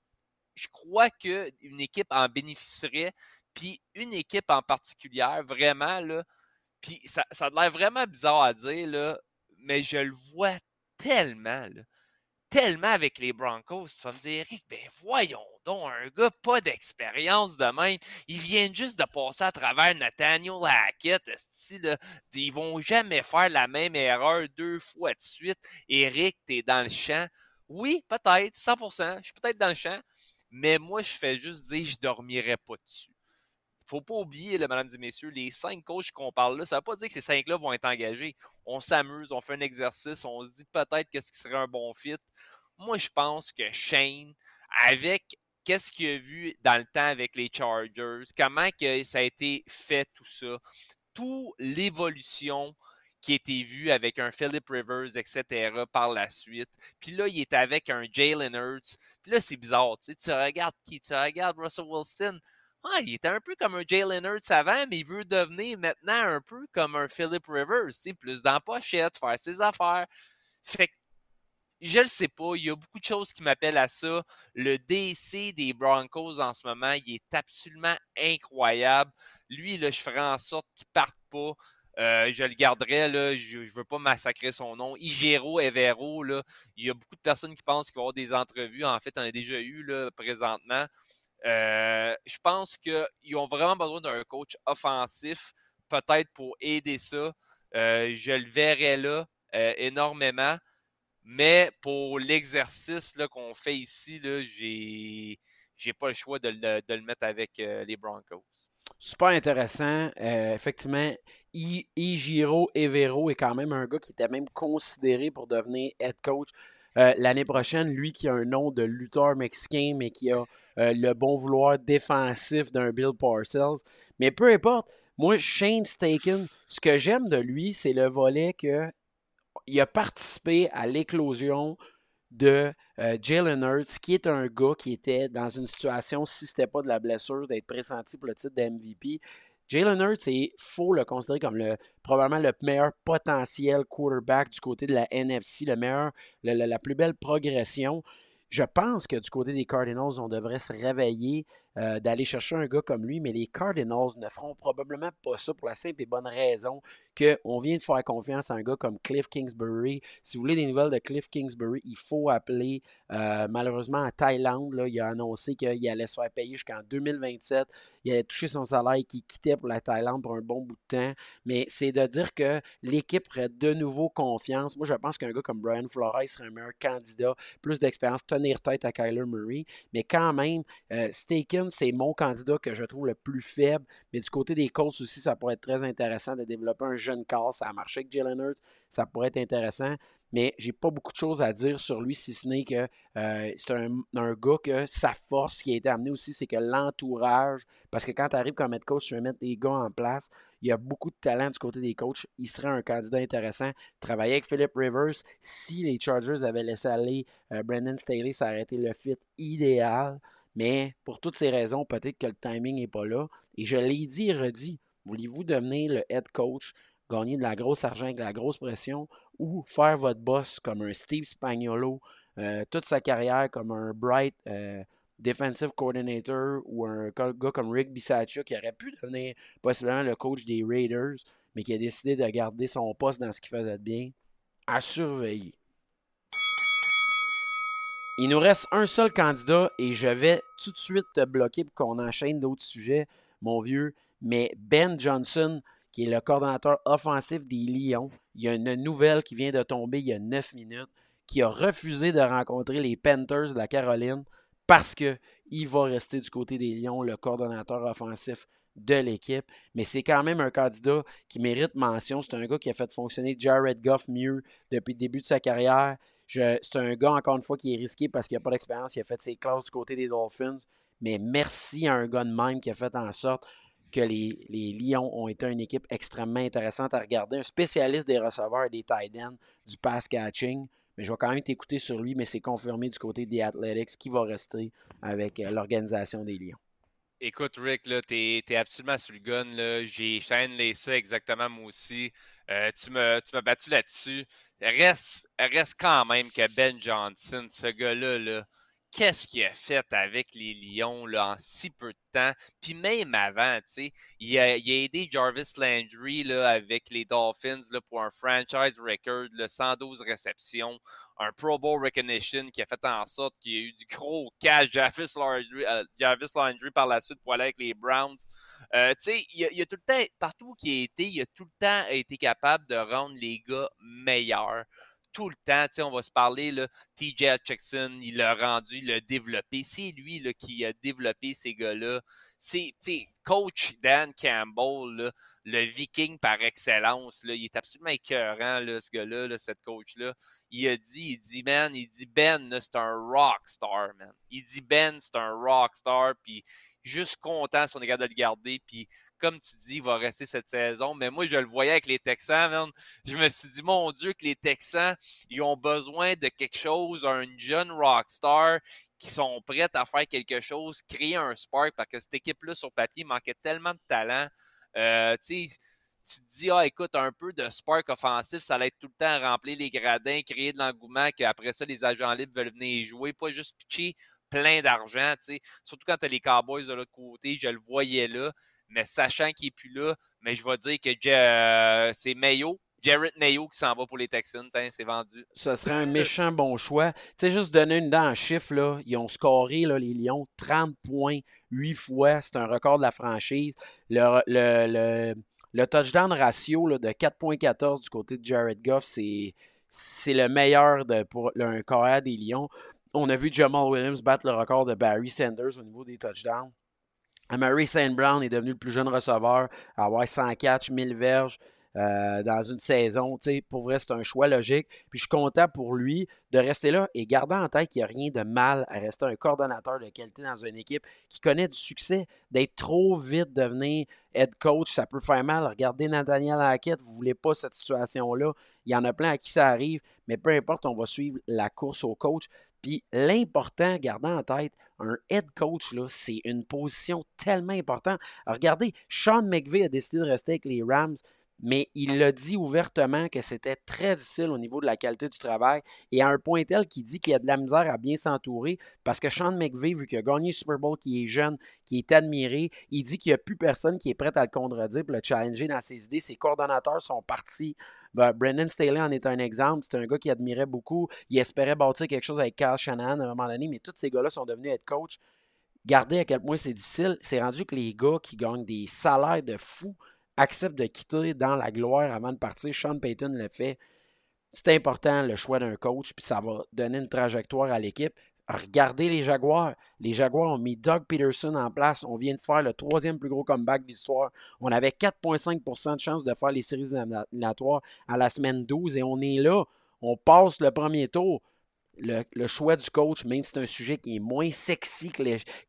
[SPEAKER 2] je crois qu'une équipe en bénéficierait. Puis une équipe en particulier, vraiment, là, puis ça a l'air vraiment bizarre à dire, là, mais je le vois tellement, là, tellement avec les Broncos. Tu vas me dire, Rick, ben voyons donc, un gars pas d'expérience de même. Ils viennent juste de passer à travers Nathaniel Hackett. Là, ils vont jamais faire la même erreur 2 fois de suite. Eric, t'es dans le champ. Oui, peut-être, 100%. Je suis peut-être dans le champ. Mais moi, je fais juste dire, je dormirais pas dessus. Faut pas oublier, là, mesdames et messieurs, les 5 coachs qu'on parle là, ça veut pas dire que ces 5-là vont être engagés. On s'amuse, on fait un exercice, on se dit peut-être qu'est-ce qui serait un bon fit. Moi, je pense que Shane, avec qu'est-ce qu'il a vu dans le temps avec les Chargers, comment que ça a été fait tout ça, toute l'évolution qui a été vue avec un Philip Rivers, etc. par la suite. Puis là, il est avec un Jalen Hurts. Puis là, c'est bizarre. Tu regardes qui? Tu regardes Russell Wilson. Ah, il était un peu comme un Jalen Hurts avant, mais il veut devenir maintenant un peu comme un Philip Rivers. Plus dans la pochette, faire ses affaires. Fait que je le sais pas, il y a beaucoup de choses qui m'appellent à ça. Le DC des Broncos en ce moment, il est absolument incroyable. Lui, là, je ferais en sorte qu'il parte pas. Je le garderais, là, je veux pas massacrer son nom. Igero Evero, là, il y a beaucoup de personnes qui pensent qu'il va y avoir des entrevues. En fait, on a déjà eu là, présentement. Je pense qu'ils ont vraiment besoin d'un coach offensif, peut-être pour aider ça. Je le verrais là énormément. Mais pour l'exercice là, qu'on fait ici, là, j'ai pas le choix de le mettre avec les Broncos.
[SPEAKER 1] Super intéressant. Effectivement, Ijiro Evero est quand même un gars qui était même considéré pour devenir head coach l'année prochaine. Lui qui a un nom de lutteur mexicain, mais qui a le bon vouloir défensif d'un Bill Parcells. Mais peu importe, moi, Shane Steichen, ce que j'aime de lui, c'est le volet que il a participé à l'éclosion de Jalen Hurts, qui est un gars qui était dans une situation, si ce n'était pas de la blessure, d'être pressenti pour le titre de MVP. Jalen Hurts, il faut le considérer comme probablement le meilleur potentiel quarterback du côté de la NFC, la plus belle progression. Je pense que du côté des Cardinals, on devrait se réveiller d'aller chercher un gars comme lui, mais les Cardinals ne feront probablement pas ça pour la simple et bonne raison qu'on vient de faire confiance à un gars comme Cliff Kingsbury. Si vous voulez des nouvelles de Cliff Kingsbury, il faut appeler malheureusement à Thaïlande. Là, il a annoncé qu'il allait se faire payer jusqu'en 2027. Il allait toucher son salaire et qu'il quittait pour la Thaïlande pour un bon bout de temps. Mais c'est de dire que l'équipe aurait de nouveau confiance. Moi, je pense qu'un gars comme Brian Flores serait un meilleur candidat, plus d'expérience, tenir tête à Kyler Murray. Mais quand même, Staken, c'est mon candidat que je trouve le plus faible. Mais du côté des Colts aussi, ça pourrait être très intéressant de développer un jeune corps. Ça a marché avec Jalen Hurts. Ça pourrait être intéressant. Mais j'ai pas beaucoup de choses à dire sur lui, si ce n'est que c'est un gars que sa force qui a été amenée aussi, c'est que l'entourage, parce que quand tu arrives comme head coach, tu veux mettre des gars en place, il y a beaucoup de talent du côté des coachs, il serait un candidat intéressant. Travailler avec Philip Rivers, si les Chargers avaient laissé aller Brandon Staley, ça aurait été le fit idéal. Mais pour toutes ces raisons, peut-être que le timing n'est pas là. Et je l'ai dit et redit, voulez-vous devenir le head coach, gagner de la grosse argent avec de la grosse pression, ou faire votre boss comme un Steve Spagnuolo, toute sa carrière comme un bright defensive coordinator, ou un gars comme Rick Bisaccia qui aurait pu devenir possiblement le coach des Raiders, mais qui a décidé de garder son poste dans ce qu'il faisait de bien, à surveiller. Il nous reste un seul candidat et je vais tout de suite te bloquer pour qu'on enchaîne d'autres sujets, mon vieux. Mais Ben Johnson, qui est le coordonnateur offensif des Lions, il y a une nouvelle qui vient de tomber il y a 9 minutes, qui a refusé de rencontrer les Panthers de la Caroline parce qu'il va rester du côté des Lions, le coordonnateur offensif de l'équipe. Mais c'est quand même un candidat qui mérite mention. C'est un gars qui a fait fonctionner Jared Goff mieux depuis le début de sa carrière. C'est un gars, encore une fois, qui est risqué parce qu'il n'a pas d'expérience. Il a fait ses classes du côté des Dolphins. Mais merci à un gars de même qui a fait en sorte que les Lions ont été une équipe extrêmement intéressante à regarder. Un spécialiste des receveurs et des tight ends, du pass catching. Mais je vais quand même t'écouter sur lui, mais c'est confirmé du côté des Athletics qui va rester avec l'organisation des Lions.
[SPEAKER 2] Écoute, Rick, là, t'es absolument sur le gun. Là. J'ai chaîné ça exactement moi aussi. Tu m'as battu là-dessus. Reste quand même que Ben Johnson, ce gars-là, là, qu'est-ce qu'il a fait avec les Lions là, en si peu de temps? Puis même avant, tu sais, il a aidé Jarvis Landry là, avec les Dolphins là, pour un franchise record, là, 112 réceptions, un Pro Bowl recognition qui a fait en sorte qu'il y a eu du gros cash Jarvis Landry par la suite pour aller avec les Browns. Tu sais, il a tout le temps, partout qu'il a été, il a tout le temps été capable de rendre les gars meilleurs. Tout le temps, tu sais, on va se parler, là, TJ Hutchinson, il l'a rendu, il l'a développé. C'est lui là, qui a développé ces gars-là. C'est, tu sais, coach Dan Campbell, là, le Viking par excellence, là, il est absolument écœurant, là, ce gars-là, là, cette coach-là. Il dit, Ben, là, c'est un rockstar, man. Il dit, Ben, c'est un rockstar, puis juste content si on est capable de le garder, puis comme tu dis, il va rester cette saison. Mais moi, je le voyais avec les Texans, man. Je me suis dit, mon Dieu, que les Texans, ils ont besoin de quelque chose, un jeune rockstar qui sont prêts à faire quelque chose, créer un spark, parce que cette équipe-là, sur papier, manquait tellement de talent. Tu sais, tu te dis, écoute, un peu de spark offensif, ça allait être tout le temps à remplir les gradins, créer de l'engouement, qu'après ça, les agents libres veulent venir jouer, pas juste pitcher plein d'argent, tu sais. Surtout quand tu as les Cowboys de l'autre côté, je le voyais là, mais sachant qu'il n'est plus là, mais je vais dire que c'est Jarrett Mayo qui s'en va pour les Texans, c'est vendu.
[SPEAKER 1] Ce serait un méchant bon choix. Tu sais, juste donner une dent en chiffre, là, ils ont scoré, là, les Lions, 30 points 8 fois. C'est un record de la franchise. Le touchdown ratio là, de 4.14 du côté de Jared Goff, c'est le meilleur pour un carrière des Lions. On a vu Jamal Williams battre le record de Barry Sanders au niveau des touchdowns. Amari St. Brown est devenu le plus jeune receveur à avoir 100 catches, 1000 verges. dans une saison. Tu sais, pour vrai, c'est un choix logique. Puis je suis content pour lui de rester là et gardant en tête qu'il n'y a rien de mal à rester un coordonnateur de qualité dans une équipe qui connaît du succès. D'être trop vite devenir head coach, ça peut faire mal. Regardez Nathaniel Hackett, vous ne voulez pas cette situation-là. Il y en a plein à qui ça arrive, mais peu importe, on va suivre la course au coach. Puis l'important, gardant en tête, un head coach, là, c'est une position tellement importante. Alors, regardez, Sean McVay a décidé de rester avec les Rams, mais il l'a dit ouvertement que c'était très difficile au niveau de la qualité du travail et à un point tel qu'il dit qu'il y a de la misère à bien s'entourer parce que Sean McVay, vu qu'il a gagné le Super Bowl, qui est jeune, qui est admiré, il dit qu'il n'y a plus personne qui est prêt à le contredire pour le challenger dans ses idées. Ses coordonnateurs sont partis. Ben, Brandon Staley en est un exemple. C'est un gars qui admirait beaucoup. Il espérait bâtir quelque chose avec Kyle Shanahan à un moment donné, mais tous ces gars-là sont devenus head coach. Gardez à quel point c'est difficile. C'est rendu que les gars qui gagnent des salaires de fous acceptent de quitter dans la gloire avant de partir. Sean Payton le fait. C'est important le choix d'un coach, puis ça va donner une trajectoire à l'équipe. Regardez les Jaguars. Les Jaguars ont mis Doug Peterson en place. On vient de faire le troisième plus gros comeback de l'histoire. On avait 4,5% de chance de faire les séries éliminatoires à la semaine 12 et on est là. On passe le premier tour. Le choix du coach, même si c'est un sujet qui est moins sexy que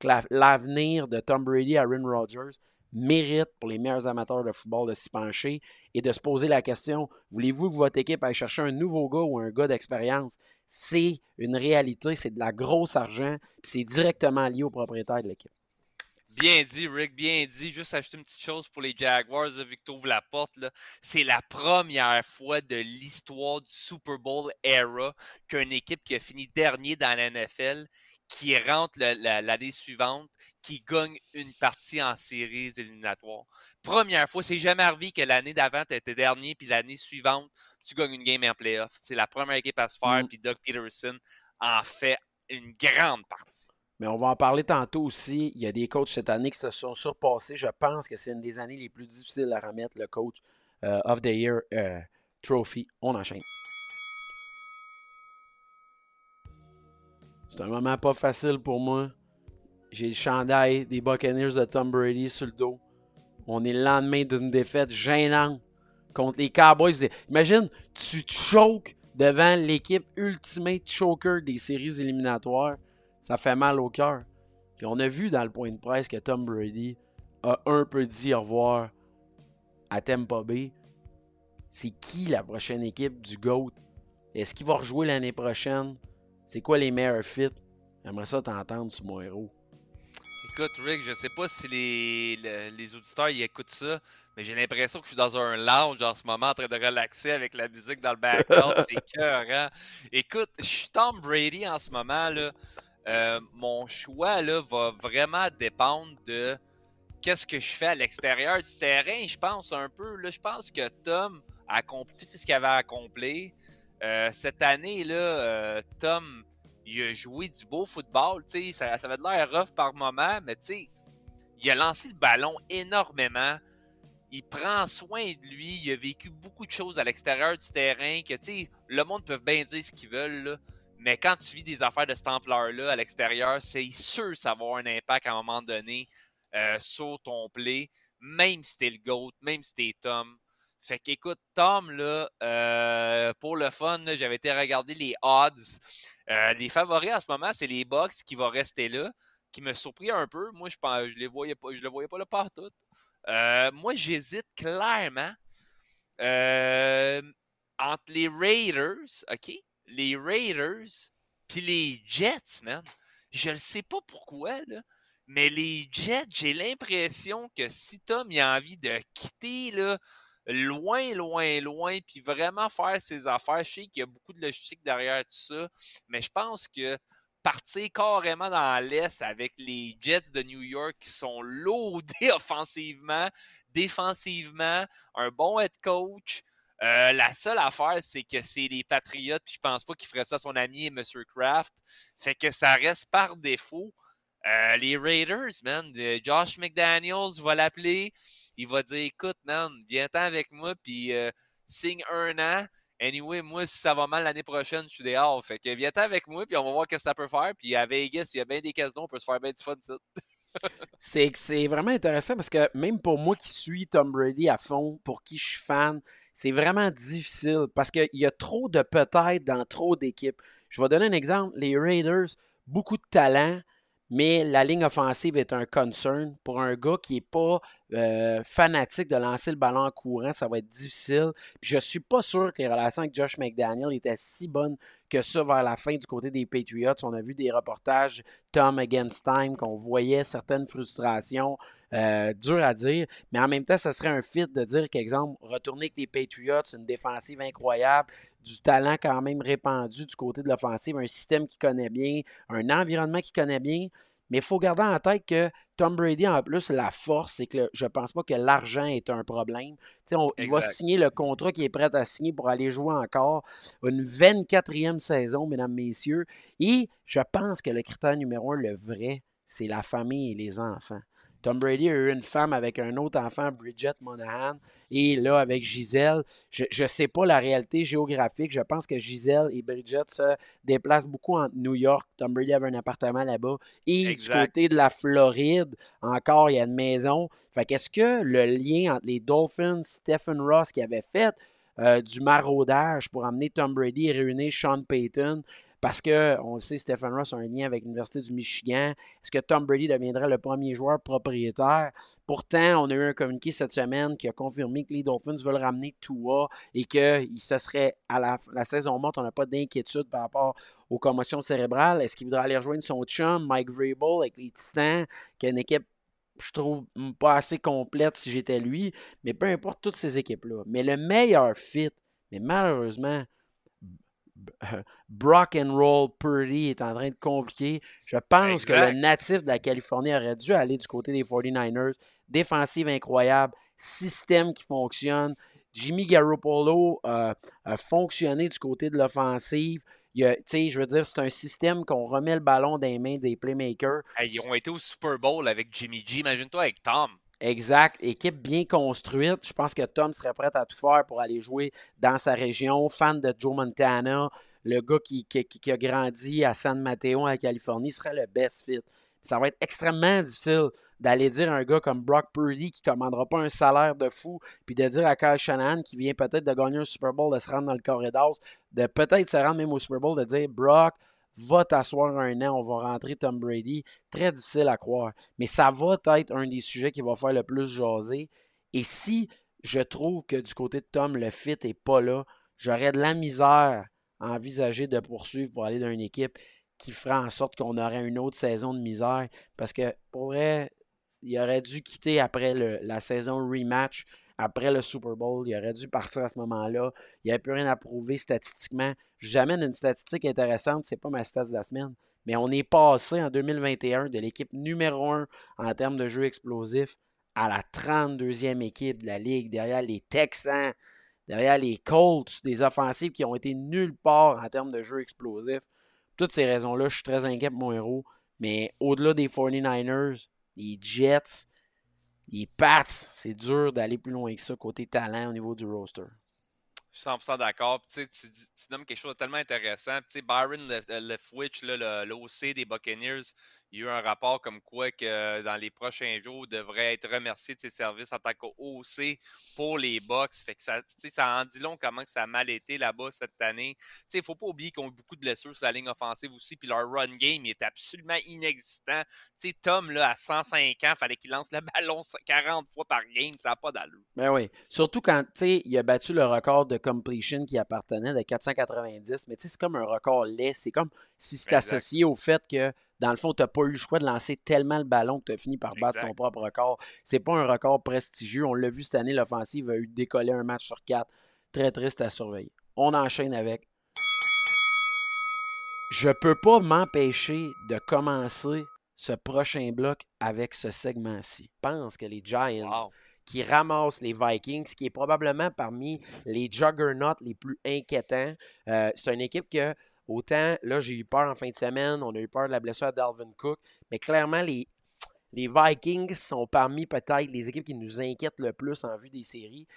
[SPEAKER 1] l'avenir de Tom Brady et Aaron Rodgers, mérite pour les meilleurs amateurs de football de s'y pencher et de se poser la question, voulez-vous que votre équipe aille chercher un nouveau gars ou un gars d'expérience? C'est une réalité, c'est de la grosse argent, puis c'est directement lié au propriétaire de l'équipe.
[SPEAKER 2] Bien dit, Rick, bien dit. Juste ajouter une petite chose pour les Jaguars, là, vu que tu ouvres la porte. Là. C'est la première fois de l'histoire du Super Bowl era qu'une équipe qui a fini dernier dans la NFL, qui rentre l'année suivante, qui gagne une partie en séries éliminatoires. Première fois, c'est jamais arrivé que l'année d'avant, tu étais dernier, puis l'année suivante, tu gagnes une game en playoff. C'est la première équipe à se faire, puis Doug Peterson en fait une grande partie.
[SPEAKER 1] Mais on va en parler tantôt aussi. Il y a des coachs cette année qui se sont surpassés. Je pense que c'est une des années les plus difficiles à remettre, le coach of the Year Trophy. On enchaîne. C'est un moment pas facile pour moi. J'ai le chandail des Buccaneers de Tom Brady sur le dos. On est le lendemain d'une défaite gênante contre les Cowboys. Imagine, tu te choques devant l'équipe Ultimate Choker des séries éliminatoires. Ça fait mal au cœur. Puis on a vu dans le point de presse que Tom Brady a un peu dit au revoir à Tampa Bay. C'est qui la prochaine équipe du GOAT? Est-ce qu'il va rejouer l'année prochaine? C'est quoi les meilleurs fits? J'aimerais ça t'entendre sur mon héros.
[SPEAKER 2] Écoute, Rick, je sais pas si les auditeurs y écoutent ça, mais j'ai l'impression que je suis dans un lounge en ce moment en train de relaxer avec la musique dans le background. C'est cœur, Écoute, je suis Tom Brady en ce moment, là. Mon choix là, va vraiment dépendre de qu'est-ce que je fais à l'extérieur du terrain, je pense un peu. Là, je pense que Tom a accompli tout ce qu'il avait accompli. Cette année, là, Tom, il a joué du beau football. Ça avait de l'air rough par moment, mais il a lancé le ballon énormément. Il prend soin de lui. Il a vécu beaucoup de choses à l'extérieur du terrain que, le monde peut bien dire ce qu'ils veulent, là. Mais quand tu vis des affaires de cette ampleur-là à l'extérieur, c'est sûr que ça va avoir un impact à un moment donné sur ton play, même si t'es le GOAT, même si t'es Tom. Fait qu'écoute, Tom, là, pour le fun, là, j'avais été regarder les odds. Les favoris en ce moment, c'est les Bucks qui vont rester là, qui me surpris un peu. Moi, je le voyais pas là partout. Moi, j'hésite clairement entre les Raiders, OK? Les Raiders puis les Jets, man. Je ne sais pas pourquoi, là, mais les Jets, j'ai l'impression que si Tom il a envie de quitter là, loin, loin, loin, puis vraiment faire ses affaires, je sais qu'il y a beaucoup de logistique derrière tout ça, mais je pense que partir carrément dans l'Est avec les Jets de New York qui sont loadés offensivement, défensivement, un bon head coach. La seule affaire, c'est que c'est les Patriots, puis je pense pas qu'il ferait ça à son ami M. Kraft. Fait que ça reste par défaut. Les Raiders, man, Josh McDaniels va l'appeler. Il va dire, écoute, man, viens-t'en avec moi, puis signe 1 an. Anyway, moi, si ça va mal l'année prochaine, je suis dehors. Fait que viens-t'en avec moi, puis on va voir ce que ça peut faire. Puis à Vegas, il y a bien des casinos, on peut se faire bien du fun, ça.
[SPEAKER 1] C'est vraiment intéressant parce que même pour moi qui suis Tom Brady à fond, pour qui je suis fan, c'est vraiment difficile parce qu'il y a trop de peut-être dans trop d'équipes. Je vais donner un exemple. Les Raiders, beaucoup de talent, mais la ligne offensive est un concern. Pour un gars qui n'est pas fanatique de lancer le ballon en courant, ça va être difficile. Puis je suis pas sûr que les relations avec Josh McDaniel étaient si bonnes que ça vers la fin du côté des Patriots. On a vu des reportages Tom Against Time, qu'on voyait certaines frustrations, dur à dire, mais en même temps, ça serait un fit de dire qu'exemple, retourner avec les Patriots, une défensive incroyable, du talent quand même répandu du côté de l'offensive, un système qu'il connaît bien, un environnement qu'il connaît bien, mais il faut garder en tête que Tom Brady, en plus, la force, c'est que je pense pas que l'argent est un problème. Il va
[SPEAKER 2] Exact.
[SPEAKER 1] signer le contrat qu'il est prêt à signer pour aller jouer encore une 24e saison, mesdames, messieurs. Et je pense que le critère numéro un, le vrai, c'est la famille et les enfants. Tom Brady a eu une femme avec un autre enfant, Bridget Monahan, et là, avec Gisèle, je ne sais pas la réalité géographique. Je pense que Gisèle et Bridget se déplacent beaucoup entre New York. Tom Brady avait un appartement là-bas. Et du
[SPEAKER 2] Exact.
[SPEAKER 1] côté de la Floride, encore, il y a une maison. Fait qu'est-ce que le lien entre les Dolphins, Stephen Ross qui avait fait du maraudage pour amener Tom Brady et réunir Sean Payton, parce que, on le sait, Stephen Ross a un lien avec l'Université du Michigan. Est-ce que Tom Brady deviendrait le premier joueur propriétaire? Pourtant, on a eu un communiqué cette semaine qui a confirmé que les Dolphins veulent ramener Tua et que ce serait à la saison morte, on n'a pas d'inquiétude par rapport aux commotions cérébrales. Est-ce qu'il voudrait aller rejoindre son chum, Mike Vrabel, avec les Titans, qui a une équipe, je trouve, pas assez complète si j'étais lui, mais peu importe toutes ces équipes-là. Mais le meilleur fit, mais malheureusement, Brock and Roll Purdy est en train de compliquer. Je pense que le
[SPEAKER 2] Exact.
[SPEAKER 1] natif de la Californie aurait dû aller du côté des 49ers. Défensive incroyable, système qui fonctionne. Jimmy Garoppolo a fonctionné du côté de l'offensive. Je veux dire, c'est un système qu'on remet le ballon dans les mains des playmakers.
[SPEAKER 2] Hey, ils ont été au Super Bowl avec Jimmy G. Imagine-toi avec Tom.
[SPEAKER 1] Exact. Équipe bien construite. Je pense que Tom serait prêt à tout faire pour aller jouer dans sa région. Fan de Joe Montana, le gars qui a grandi à San Mateo, en Californie, serait le best fit. Ça va être extrêmement difficile d'aller dire à un gars comme Brock Purdy qui ne commandera pas un salaire de fou, puis de dire à Kyle Shanahan qui vient peut-être de gagner un Super Bowl, de se rendre dans le corridor, de peut-être se rendre même au Super Bowl, de dire Brock, va t'asseoir un an, on va rentrer Tom Brady. Très difficile à croire. Mais ça va être un des sujets qui va faire le plus jaser. Et si je trouve que du côté de Tom, le fit n'est pas là, j'aurais de la misère à envisager de poursuivre pour aller dans une équipe qui fera en sorte qu'on aurait une autre saison de misère. Parce que, pour vrai, il aurait dû quitter après la saison rematch, après le Super Bowl. Il aurait dû partir à ce moment-là. Il n'y avait plus rien à prouver statistiquement. J'amène une statistique intéressante, c'est pas ma stat de la semaine, mais on est passé en 2021 de l'équipe numéro 1 en termes de jeu explosif à la 32e équipe de la Ligue, derrière les Texans, derrière les Colts, des offensives qui ont été nulle part en termes de jeu explosif. Pour toutes ces raisons-là, je suis très inquiet pour mon héros. Mais au-delà des 49ers, les Jets, les Pats, c'est dur d'aller plus loin que ça côté talent au niveau du roster.
[SPEAKER 2] Je suis 100% d'accord. Tu nommes quelque chose de tellement intéressant. Byron Leftwich, l'OC des Buccaneers, il y a eu un rapport comme quoi que dans les prochains jours, il devrait être remercié de ses services en tant qu'OC pour les Bucks. Fait que ça en dit long comment que ça a mal été là-bas cette année. Il ne faut pas oublier qu'ils ont eu beaucoup de blessures sur la ligne offensive aussi, puis leur run game est absolument inexistant. Tom, là, à 105 ans, il fallait qu'il lance le ballon 40 fois par game, ça n'a pas d'allure.
[SPEAKER 1] Ben oui. Surtout quand, il a battu le record de completion qui appartenait de 490, mais c'est comme un record laid. C'est comme si c'est
[SPEAKER 2] Exact.
[SPEAKER 1] associé au fait que, dans le fond, tu n'as pas eu le choix de lancer tellement le ballon que tu as fini par battre ton
[SPEAKER 2] Exact.
[SPEAKER 1] propre record. C'est pas un record prestigieux. On l'a vu cette année, l'offensive a eu décollé un match sur 4. Très triste à surveiller. On enchaîne avec. Je peux pas m'empêcher de commencer ce prochain bloc avec ce segment-ci. Je pense que les Giants
[SPEAKER 2] Wow.
[SPEAKER 1] qui ramassent les Vikings, qui est probablement parmi les juggernauts les plus inquiétants. C'est une équipe que, autant, là, j'ai eu peur en fin de semaine, on a eu peur de la blessure à Dalvin Cook, mais clairement, les Vikings sont parmi peut-être les équipes qui nous inquiètent le plus en vue des séries.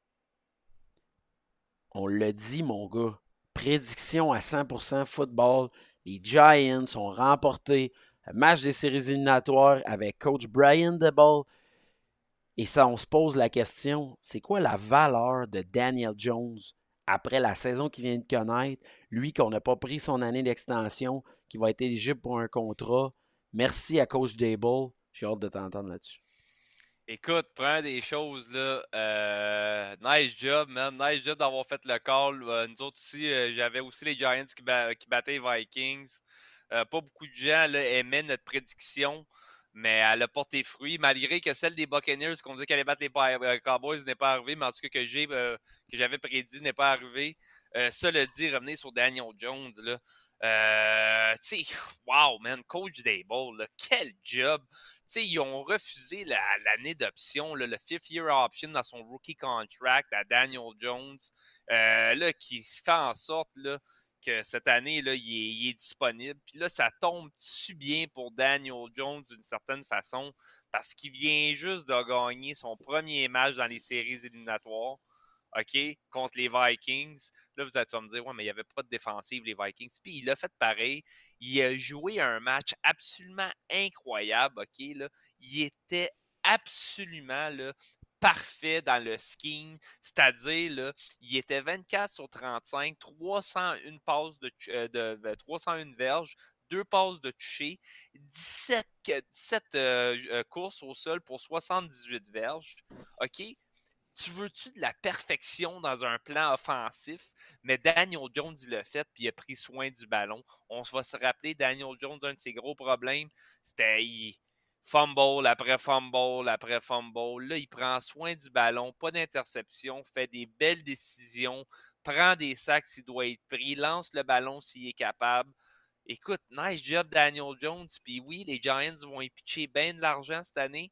[SPEAKER 1] On l'a dit, mon gars. Prédiction à 100% football. Les Giants ont remporté Match des séries éliminatoires avec coach Brian Daboll. Et ça, on se pose la question, c'est quoi la valeur de Daniel Jones après la saison qu'il vient de connaître? Lui, qu'on n'a pas pris son année d'extension, qui va être éligible pour un contrat. Merci à coach Daboll. J'ai hâte de t'entendre là-dessus.
[SPEAKER 2] Écoute, première des choses, là, nice job, man. Nice job d'avoir fait le call. Nous autres aussi, j'avais aussi les Giants qui battaient les Vikings. Pas beaucoup de gens là, aimaient notre prédiction, mais elle a porté fruit. Malgré que celle des Buccaneers, qu'on disait qu'elle allait battre les Cowboys, n'est pas arrivée, mais en tout cas que j'avais prédit n'est pas arrivé. Cela dit, revenez sur Daniel Jones, là. Tu sais, wow, man, coach Daboll, là, quel job! Tu sais, ils ont refusé l'année d'option, le fifth year option dans son rookie contract à Daniel Jones, là, qui fait en sorte là, que cette année, là, il est disponible. Puis là, ça tombe-tu bien pour Daniel Jones d'une certaine façon, parce qu'il vient juste de gagner son premier match dans les séries éliminatoires. OK, contre les Vikings. Là, tu vas me dire, ouais, mais il n'y avait pas de défensive, les Vikings. Puis il a fait pareil. Il a joué un match absolument incroyable, OK, là. Il était absolument, là, parfait dans le scheme. C'est-à-dire, là, il était 24 sur 35, 301 passes de 301 verges, 2 passes de toucher, 17 courses au sol pour 78 verges. OK? Tu veux-tu de la perfection dans un plan offensif? Mais Daniel Jones, il l'a fait, puis il a pris soin du ballon. On va se rappeler, Daniel Jones, un de ses gros problèmes, c'était fumble après fumble après fumble. Là, il prend soin du ballon, pas d'interception, fait des belles décisions, prend des sacs s'il doit être pris, lance le ballon s'il est capable. Écoute, nice job Daniel Jones. Puis oui, les Giants vont y pitcher bien de l'argent cette année.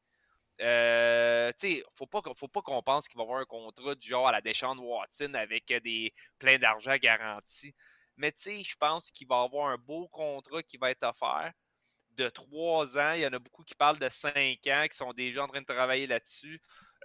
[SPEAKER 2] Tu sais, faut pas qu'on pense qu'il va y avoir un contrat du genre à la Deshaun Watson avec plein d'argent garanti. Mais tu sais, je pense qu'il va y avoir un beau contrat qui va être offert de 3 ans. Il y en a beaucoup qui parlent de 5 ans, qui sont déjà en train de travailler là-dessus.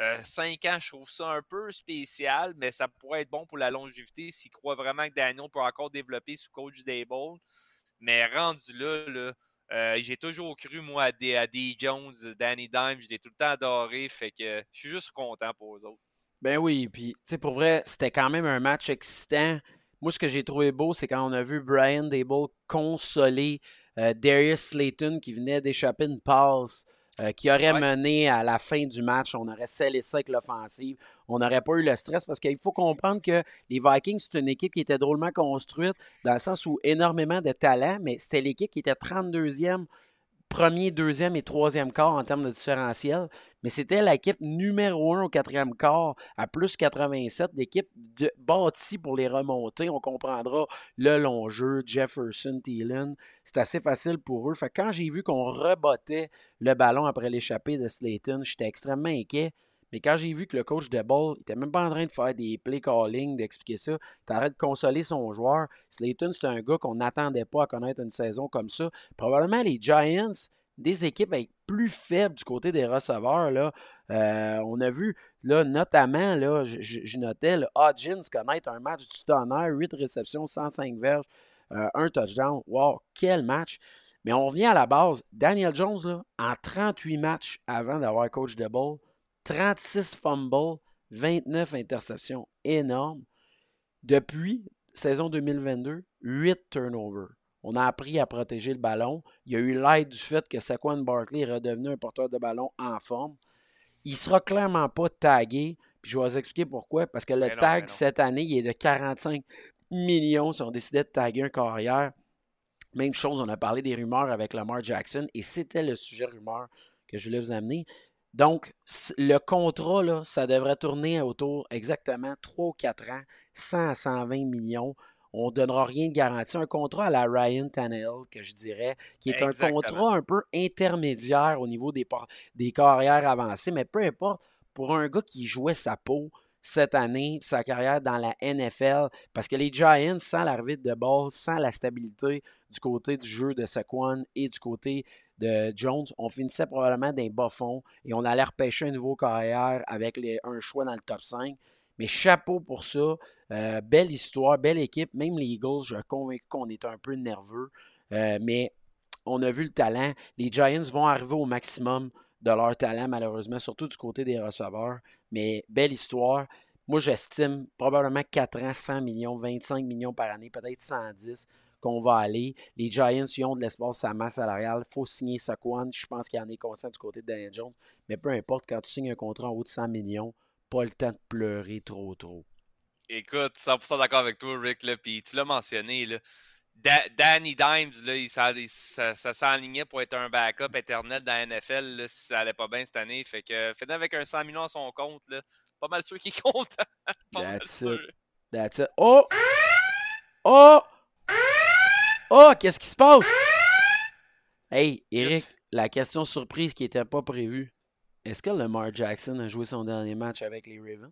[SPEAKER 2] 5 ans, je trouve ça un peu spécial, mais ça pourrait être bon pour la longévité s'ils croient vraiment que Daniel peut encore développer sous coach Daboll. Mais rendu là, j'ai toujours cru, moi, à D. Jones, Danny Dimes, je l'ai tout le temps adoré, fait que je suis juste content pour eux autres.
[SPEAKER 1] Ben oui, puis tu sais, pour vrai, c'était quand même un match excitant. Moi, ce que j'ai trouvé beau, c'est quand on a vu Brian Daboll consoler Darius Slayton qui venait d'échapper une passe qui aurait
[SPEAKER 2] Ouais,
[SPEAKER 1] mené à la fin du match. On aurait scellé ça avec l'offensive. On n'aurait pas eu le stress parce qu'il faut comprendre que les Vikings, c'est une équipe qui était drôlement construite dans le sens où énormément de talent, mais c'était l'équipe qui était 32e premier, deuxième et troisième quart en termes de différentiel, mais c'était l'équipe numéro 1 au quatrième quart à plus 87, l'équipe bâtie pour les remonter. On comprendra le long jeu, Jefferson, Thielen. C'est assez facile pour eux. Fait que quand j'ai vu qu'on rebottait le ballon après l'échappée de Slayton, j'étais extrêmement inquiet. Mais quand j'ai vu que le coach de ball n'était même pas en train de faire des play calling, d'expliquer ça, t'arrêtes de consoler son joueur. Slayton, c'est un gars qu'on n'attendait pas à connaître une saison comme ça. Probablement les Giants, des équipes avec plus faibles du côté des receveurs. Là, on a vu, là, notamment, là, je notais le Hodgins connaître un match du tonnerre, 8 réceptions, 105 verges, un touchdown. Wow, quel match! Mais on revient à la base. Daniel Jones, là, en 38 matchs avant d'avoir coach de ball, 36 fumbles, 29 interceptions. Énorme. Depuis saison 2022, 8 turnovers. On a appris à protéger le ballon. Il y a eu l'aide du fait que Saquon Barkley est redevenu un porteur de ballon en forme. Il ne sera clairement pas tagué. Puis je vais vous expliquer pourquoi. Parce que le
[SPEAKER 2] mais non,
[SPEAKER 1] tag
[SPEAKER 2] mais non.
[SPEAKER 1] cette année, il est de 45 millions si on décidait de taguer un carrière. Même chose, on a parlé des rumeurs avec Lamar Jackson et c'était le sujet rumeur que je voulais vous amener. Donc, le contrat, là, ça devrait tourner autour exactement 3 ou 4 ans, 100 à 120 millions. On ne donnera rien de garanti. Un contrat à la Ryan Tannehill, que je dirais, qui est un
[SPEAKER 2] Exactement.
[SPEAKER 1] contrat un peu intermédiaire au niveau des carrières avancées, mais peu importe, pour un gars qui jouait sa peau cette année, sa carrière dans la NFL, parce que les Giants, sans l'arrivée de ball, sans la stabilité du côté du jeu de Saquon et du côté de Jones, on finissait probablement d'un bas fond et on allait repêcher un nouveau carrière avec un choix dans le top 5. Mais chapeau pour ça. Belle histoire, belle équipe. Même les Eagles, je suis convaincu qu'on est un peu nerveux. Mais on a vu le talent. Les Giants vont arriver au maximum de leur talent, malheureusement, surtout du côté des receveurs. Mais belle histoire. Moi, j'estime probablement 4 ans, 100 millions, 25 millions par année, peut-être 110 qu'on va aller. Les Giants, ils ont de l'espace à masse salariale. Il faut signer Saquon. Je pense qu'il y en est conscient du côté de Daniel Jones. Mais peu importe, quand tu signes un contrat en haut de 100 millions, pas le temps de pleurer trop.
[SPEAKER 2] Écoute, 100% d'accord avec toi, Rick, là, puis tu l'as mentionné, là. Danny Dimes, là, ça s'enlignait pour être un backup éternel dans la NFL là, si ça allait pas bien cette année. Fait que fait avec un 100 millions à son compte, là, pas mal sûr qu'il est content. Pas mal
[SPEAKER 1] That's
[SPEAKER 2] sûr.
[SPEAKER 1] it. That's it. Oh! Oh! Oh! Qu'est-ce qui se passe? Hey, Eric, la question surprise qui n'était pas prévue. Est-ce que Lamar Jackson a joué son dernier match avec les Ravens?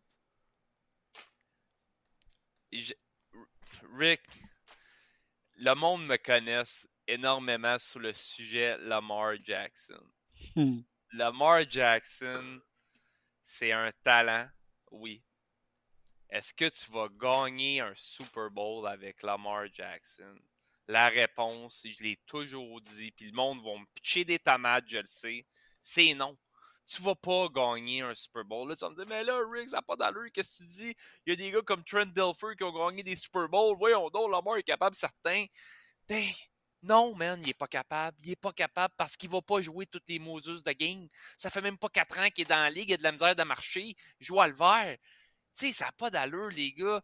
[SPEAKER 2] Rick, le monde me connaisse énormément sur le sujet Lamar Jackson. Lamar Jackson, c'est un talent, oui. Est-ce que tu vas gagner un Super Bowl avec Lamar Jackson? La réponse, je l'ai toujours dit, puis le monde va me pitcher des tomates, je le sais, c'est non. Tu vas pas gagner un Super Bowl. Là, tu vas me dire, mais là, Rick, ça n'a pas d'allure. Qu'est-ce que tu dis? Il y a des gars comme Trent Dilfer qui ont gagné des Super Bowls. Voyons donc, Lamar est capable, certain. Ben, non, man, il est pas capable. Il est pas capable parce qu'il va pas jouer toutes les Moses de game. Ça fait même pas 4 ans qu'il est dans la ligue, il a de la misère de marcher. Il joue à le vert. Tu sais, ça n'a pas d'allure, les gars.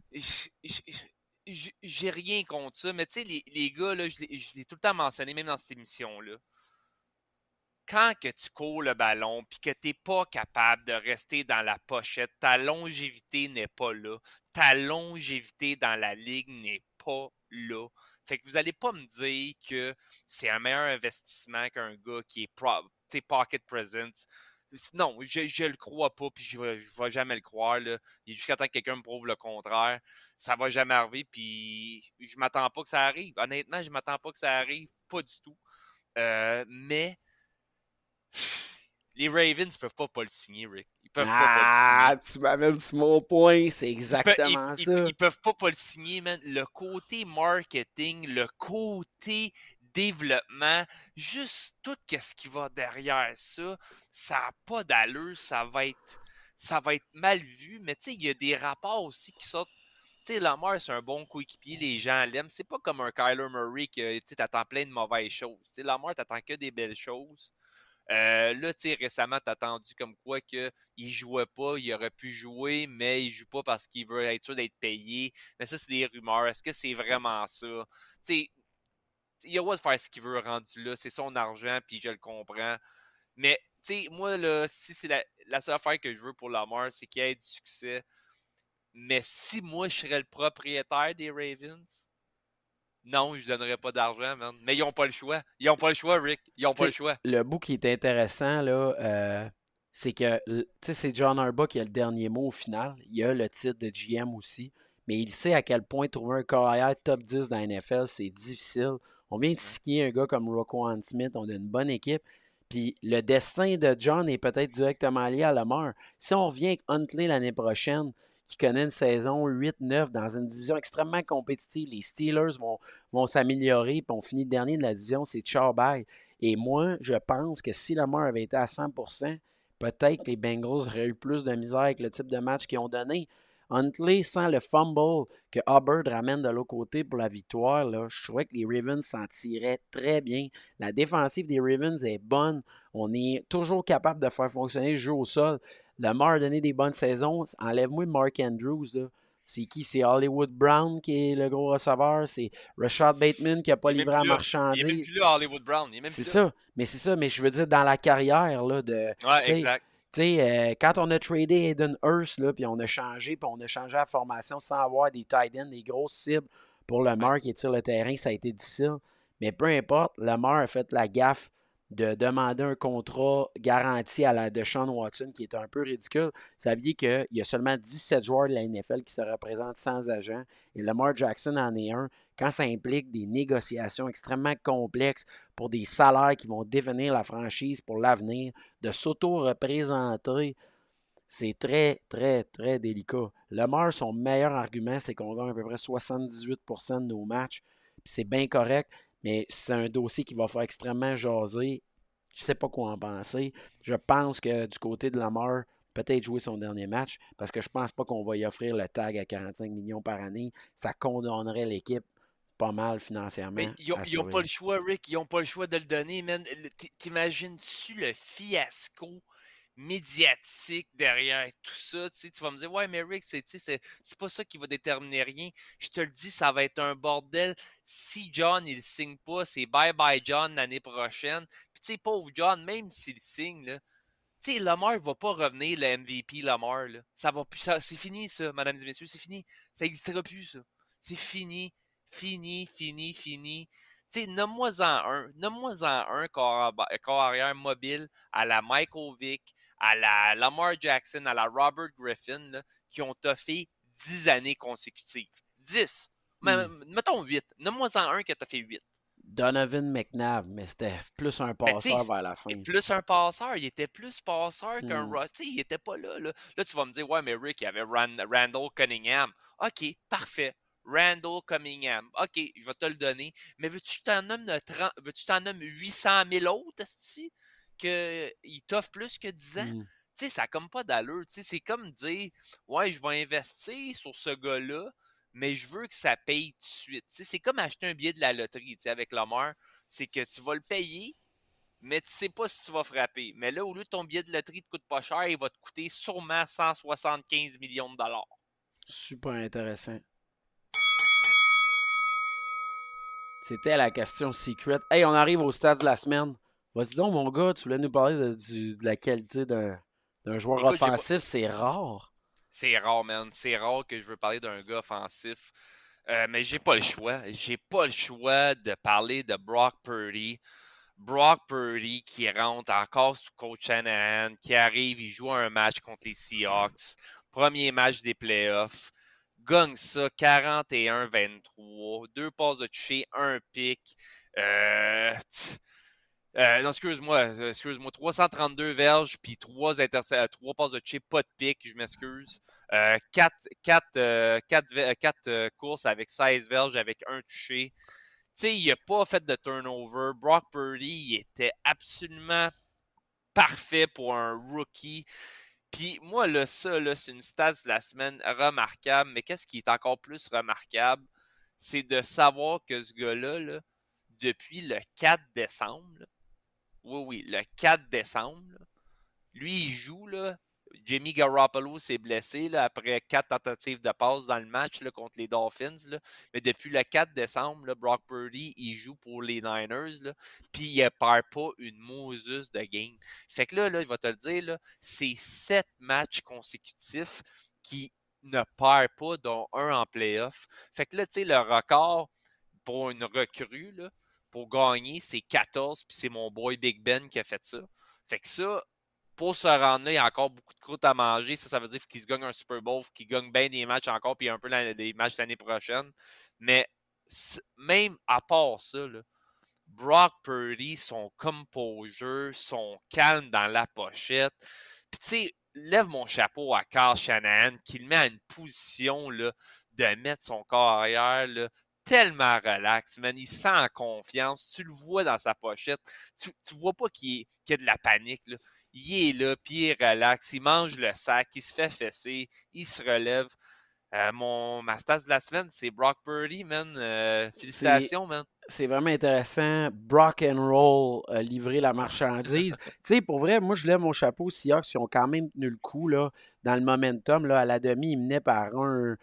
[SPEAKER 2] J'ai rien contre ça, mais tu sais, les gars, là, je l'ai tout le temps mentionné, même dans cette émission-là. Quand que tu cours le ballon puis que tu n'es pas capable de rester dans la pochette, ta longévité n'est pas là. Ta longévité dans la ligue n'est pas là. Fait que vous n'allez pas me dire que c'est un meilleur investissement qu'un gars qui est pocket presence. Non, je le crois pas, puis je vais jamais le croire. Là. Jusqu'à temps que quelqu'un me prouve le contraire, ça va jamais arriver, puis je m'attends pas que ça arrive. Honnêtement, je m'attends pas que ça arrive, pas du tout. Mais les Ravens peuvent pas le signer, Rick. Ils peuvent pas le signer.
[SPEAKER 1] Ah, tu m'amènes sur mon point, c'est exactement ça.
[SPEAKER 2] Ils peuvent pas le signer, man. Le côté marketing, le côté développement, juste tout ce qui va derrière ça, ça n'a pas d'allure, ça va être mal vu, mais tu sais, il y a des rapports aussi qui sortent. Tu sais, Lamar, c'est un bon coéquipier, les gens l'aiment. C'est pas comme un Kyler Murray que tu attends plein de mauvaises choses. Tu sais, Lamar, t'attends que des belles choses. Là, tu sais, récemment, t'as entendu comme quoi qu'il jouait pas, il aurait pu jouer, mais il joue pas parce qu'il veut être sûr d'être payé. Mais ça, c'est des rumeurs. Est-ce que c'est vraiment ça? Tu sais, il a le droit de faire ce qu'il veut rendu là. C'est son argent, puis je le comprends. Mais, tu sais, moi, là, si c'est la seule affaire que je veux pour Lamar, c'est qu'il ait du succès. Mais si moi, je serais le propriétaire des Ravens, non, je donnerais pas d'argent, man. Mais ils ont pas le choix. Ils ont pas le choix, Rick. Ils ont pas le choix.
[SPEAKER 1] Le bout qui est intéressant, là, c'est que c'est John Harbaugh qui a le dernier mot au final. Il a le titre de GM aussi. Mais il sait à quel point trouver un carrière top 10 dans la NFL, c'est difficile. On vient de signer un gars comme Roquan Smith. On a une bonne équipe. Puis le destin de John est peut-être directement lié à Lamar. Si on revient avec Huntley l'année prochaine, qui connaît une saison 8-9 dans une division extrêmement compétitive, les Steelers vont s'améliorer, puis on finit dernier de la division, c'est ciao bye. Et moi, je pense que si Lamar avait été à 100%, peut-être que les Bengals auraient eu plus de misère avec le type de match qu'ils ont donné. Huntley, sans le fumble que Hubbard ramène de l'autre côté pour la victoire, là, je trouvais que les Ravens s'en tiraient très bien. La défensive des Ravens est bonne. On est toujours capable de faire fonctionner le jeu au sol. Lamar a donné des bonnes saisons. Enlève-moi Mark Andrews. Là. C'est qui? C'est Hollywood Brown qui est le gros receveur. C'est Rashad Bateman qui n'a pas livré à marchandises.
[SPEAKER 2] Il est même plus là, Hollywood Brown.
[SPEAKER 1] C'est ça. Mais c'est ça. Mais je veux dire, dans la carrière, là,
[SPEAKER 2] ouais, exact.
[SPEAKER 1] Quand on a tradé Aiden Hurst, puis on a changé la formation sans avoir des tight ends, des grosses cibles pour Lamar qui tire le terrain, ça a été difficile. Mais peu importe, Lamar a fait la gaffe de demander un contrat garanti à la Deshaun Watson qui est un peu ridicule. Vous saviez qu'il y a seulement 17 joueurs de la NFL qui se représentent sans agent et Lamar Jackson en est un. Quand ça implique des négociations extrêmement complexes pour des salaires qui vont définir la franchise pour l'avenir, de s'auto-représenter, c'est très, très, très délicat. Lamar, son meilleur argument, c'est qu'on gagne à peu près 78% de nos matchs. Puis c'est bien correct. mais c'est un dossier qui va faire extrêmement jaser. Je ne sais pas quoi en penser. Je pense que du côté de Lamar, peut-être jouer son dernier match, parce que je pense pas qu'on va y offrir le tag à 45 millions par année. Ça condamnerait l'équipe pas mal financièrement
[SPEAKER 2] Mais ils ont,
[SPEAKER 1] à
[SPEAKER 2] ils ont pas le
[SPEAKER 1] surveiller.
[SPEAKER 2] choix, Rick. Ils ont pas le choix de le donner, man. T'imagines-tu le fiasco médiatique derrière tout ça? Tu vas me dire, ouais, mais Rick, c'est pas ça qui va déterminer rien. Je te le dis, ça va être un bordel. Si John, il signe pas, c'est bye-bye John l'année prochaine. Puis tu sais, pauvre John, même s'il signe, là, tu sais, Lamar va pas revenir le MVP Lamar, là. Ça va plus, c'est fini, ça, mesdames et messieurs, c'est fini. Ça n'existera plus, ça. C'est fini, fini, fini, fini. Tu sais, nomme-moi-en un corps arrière mobile à la Michael Vick, à la Lamar Jackson, à la Robert Griffin, là, qui ont toffé 10 années consécutives. 10.
[SPEAKER 1] Hmm.
[SPEAKER 2] Mettons 8. Nomme-moi-en un qui a toffé 8.
[SPEAKER 1] Donovan McNabb, mais c'était plus un
[SPEAKER 2] Mais tu
[SPEAKER 1] passeur
[SPEAKER 2] sais,
[SPEAKER 1] vers la fin.
[SPEAKER 2] plus un passeur, il était plus passeur qu'un
[SPEAKER 1] Hmm.
[SPEAKER 2] Tu sais, il était pas là, là. Là, tu vas me dire, ouais, mais Rick, il y avait Randall Cunningham. OK, parfait. Randall Cunningham. OK, je vais te le donner. Mais veux-tu que je t'en nomme, veux-tu que je t'en nomme 800 000 autres, esti, qu'il t'offre plus que 10 ans?
[SPEAKER 1] Hmm.
[SPEAKER 2] Tu sais, ça n'a comme pas d'allure. Tu sais, c'est comme dire, ouais, je vais investir sur ce gars-là, mais je veux que ça paye tout de suite. Tu sais, c'est comme acheter un billet de la loterie, tu sais, avec Lamar. C'est que tu vas le payer, mais tu sais pas si tu vas frapper. Mais là, au lieu de ton billet de loterie te coûte pas cher, il va te coûter sûrement 175 millions de dollars.
[SPEAKER 1] Super intéressant. C'était la question secret. Hey, on arrive au stade de la semaine. Vas-y donc, mon gars, tu voulais nous parler de la qualité d'un joueur
[SPEAKER 2] Écoute, j'ai pas...
[SPEAKER 1] offensif, c'est rare.
[SPEAKER 2] c'est rare, man. C'est rare que je veux parler d'un gars offensif. Mais j'ai pas le choix. J'ai pas le choix de parler de Brock Purdy. Brock Purdy qui rentre encore sous coach Shanahan, qui arrive, il joue un match contre les Seahawks. Premier match des playoffs. Gagne ça 41-23. Deux passes de toucher, un pick. Non, excuse-moi, 332 verges, puis trois passes de toucher, pas de pick, je m'excuse. 4 courses avec 16 verges, avec un touché. Tu sais, il n'a pas fait de turnover. Brock Purdy, il était absolument parfait pour un rookie. Puis moi, là, ça, là, c'est une stat de la semaine remarquable. Mais qu'est-ce qui est encore plus remarquable? C'est de savoir que ce gars-là, là, depuis le 4 décembre, là, oui, le 4 décembre, là, lui, il joue, là. Jimmy Garoppolo s'est blessé là, après 4 tentatives de passe dans le match là, contre les Dolphins. Là. Mais depuis le 4 décembre, là, Brock Purdy, il joue pour les Niners. Puis il ne perd pas une Moses de game. Fait que là, il va te le dire, là, c'est 7 matchs consécutifs qui ne perd pas, dont un en playoff. Fait que là, tu sais, le record pour une recrue, là, pour gagner, c'est 14, puis c'est mon boy Big Ben qui a fait ça. Fait que ça, pour se rendre là, il y a encore beaucoup de croûte à manger. Ça veut dire qu'il se gagne un Super Bowl, qu'il gagne bien des matchs encore, puis un peu des matchs l'année prochaine. Mais même à part ça, là, Brock Purdy, son composure, son calme dans la pochette. Puis tu sais, lève mon chapeau à Carl Shanahan qui le met à une position là, de mettre son corps arrière là, tellement relax, man. Il se sent en confiance. Tu le vois dans sa pochette. Tu vois pas qu'il y a de la panique. Là. Il est là, puis il est relax. Il mange le sac, il se fait fesser, il se relève. Ma stats de la semaine, c'est Brock Purdy, man.
[SPEAKER 1] C'est
[SPEAKER 2] Félicitations, man.
[SPEAKER 1] c'est vraiment intéressant. Brock and Roll a livré la marchandise. Tu sais, pour vrai, moi, je lève mon chapeau aux Seahawks. Ils ont quand même tenu le coup là, dans le momentum. Là, à la demi, ils menaient par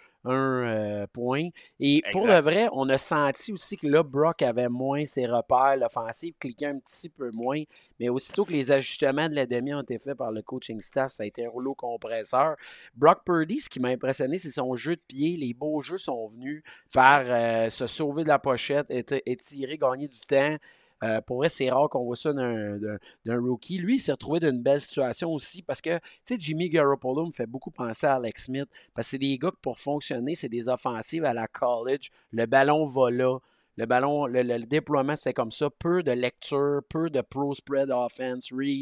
[SPEAKER 1] un point. Et pour le
[SPEAKER 2] Exact.
[SPEAKER 1] vrai, on a senti aussi que là, Brock avait moins ses repères. L'offensive cliquait un petit peu moins. Mais aussitôt que les ajustements de la demi ont été faits par le coaching staff, ça a été un rouleau compresseur. Brock Purdy, ce qui m'a impressionné, c'est son jeu de pied. Les beaux jeux sont venus
[SPEAKER 2] Ouais.
[SPEAKER 1] faire se sauver de la pochette, étirer, gagner du temps. Pour vrai, c'est rare qu'on voit ça d'un rookie. Lui, il s'est retrouvé dans une belle situation aussi parce que, tu sais, Jimmy Garoppolo me fait beaucoup penser à Alex Smith parce que c'est des gars que pour fonctionner, c'est des offensives à la college. Le ballon va là. Le ballon, le déploiement, c'est comme ça. Peu de lecture, peu de pro spread offense, read.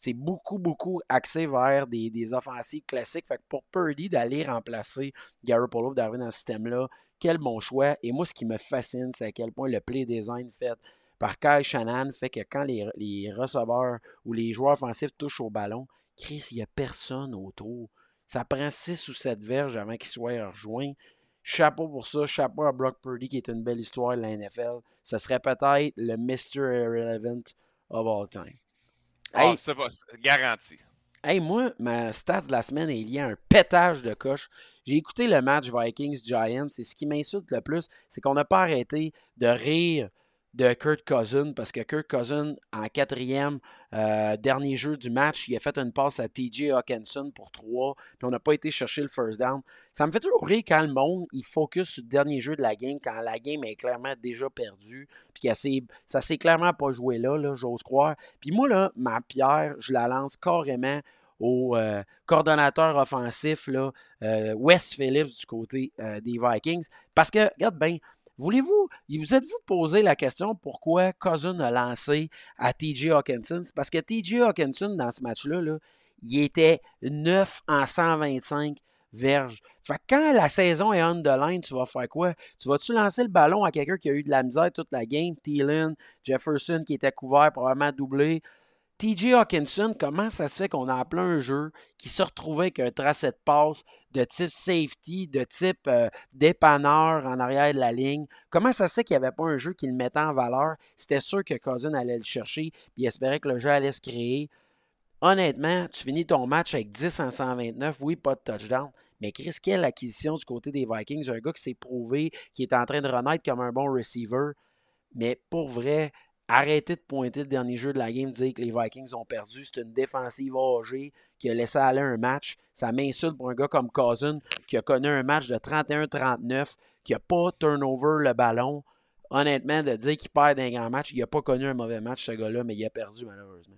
[SPEAKER 1] c'est beaucoup, beaucoup axé vers des offensives classiques. Fait que pour Purdy d'aller remplacer Garoppolo, d'arriver dans ce système-là, quel bon choix. Et moi, ce qui me fascine, c'est à quel point le play design fait par Kyle Shanahan fait que quand les receveurs ou les joueurs offensifs touchent au ballon, Chris, il n'y a personne autour. Ça prend 6 ou 7 verges avant qu'ils soient rejoints. Chapeau pour ça, chapeau à Brock Purdy qui est une belle histoire de la NFL. Ce serait peut-être le Mr. Irrelevant of all time.
[SPEAKER 2] Ah,
[SPEAKER 1] Hey,
[SPEAKER 2] c'est pas garanti.
[SPEAKER 1] hey, moi, ma stats de la semaine est liée à un pétage de coche. J'ai écouté le match Vikings-Giants et ce qui m'insulte le plus, c'est qu'on n'a pas arrêté de rire de Kirk Cousins parce que Kirk Cousins, en quatrième dernier jeu du match, il a fait une passe à TJ Hawkinson pour 3, puis on n'a pas été chercher le first down. Ça me fait toujours rire quand le monde, il focus sur le dernier jeu de la game, quand la game est clairement déjà perdue, puis ça s'est clairement pas joué là, j'ose croire. Puis moi, là, ma pierre, je la lance carrément au coordonnateur offensif, là, Wes Phillips du côté des Vikings. Parce que, regarde bien, vous êtes-vous posé la question pourquoi Cousin a lancé à TJ Hawkinson? C'est parce que TJ Hawkinson, dans ce match-là, là, il était 9 en 125 verges. Fait que quand la saison est on the line, tu vas faire quoi? Tu vas-tu lancer le ballon à quelqu'un qui a eu de la misère toute la game? Thielen, Jefferson qui était couvert, probablement doublé. TJ Hawkinson, comment ça se fait qu'on a appelé un jeu qui se retrouvait avec un tracé de passe de type safety, de type dépanneur en arrière de la ligne? Comment ça se fait qu'il n'y avait pas un jeu qui le mettait en valeur? C'était sûr que Cousin allait le chercher et il espérait que le jeu allait se créer. Honnêtement, tu finis ton match avec 10 en 129, oui, pas de touchdown, mais Chris, quelle acquisition du côté des Vikings, un gars qui s'est prouvé, qui est en train de renaître comme un bon receiver, mais pour vrai, arrêtez de pointer le dernier jeu de la game, dire que les Vikings ont perdu. C'est une défensive âgée qui a laissé aller un match. Ça m'insulte pour un gars comme Cousin qui a connu un match de 31-39, qui n'a pas turnover le ballon. Honnêtement, de dire qu'il perd d'un grand match, il n'a pas connu un mauvais match, ce gars-là, mais il a perdu malheureusement.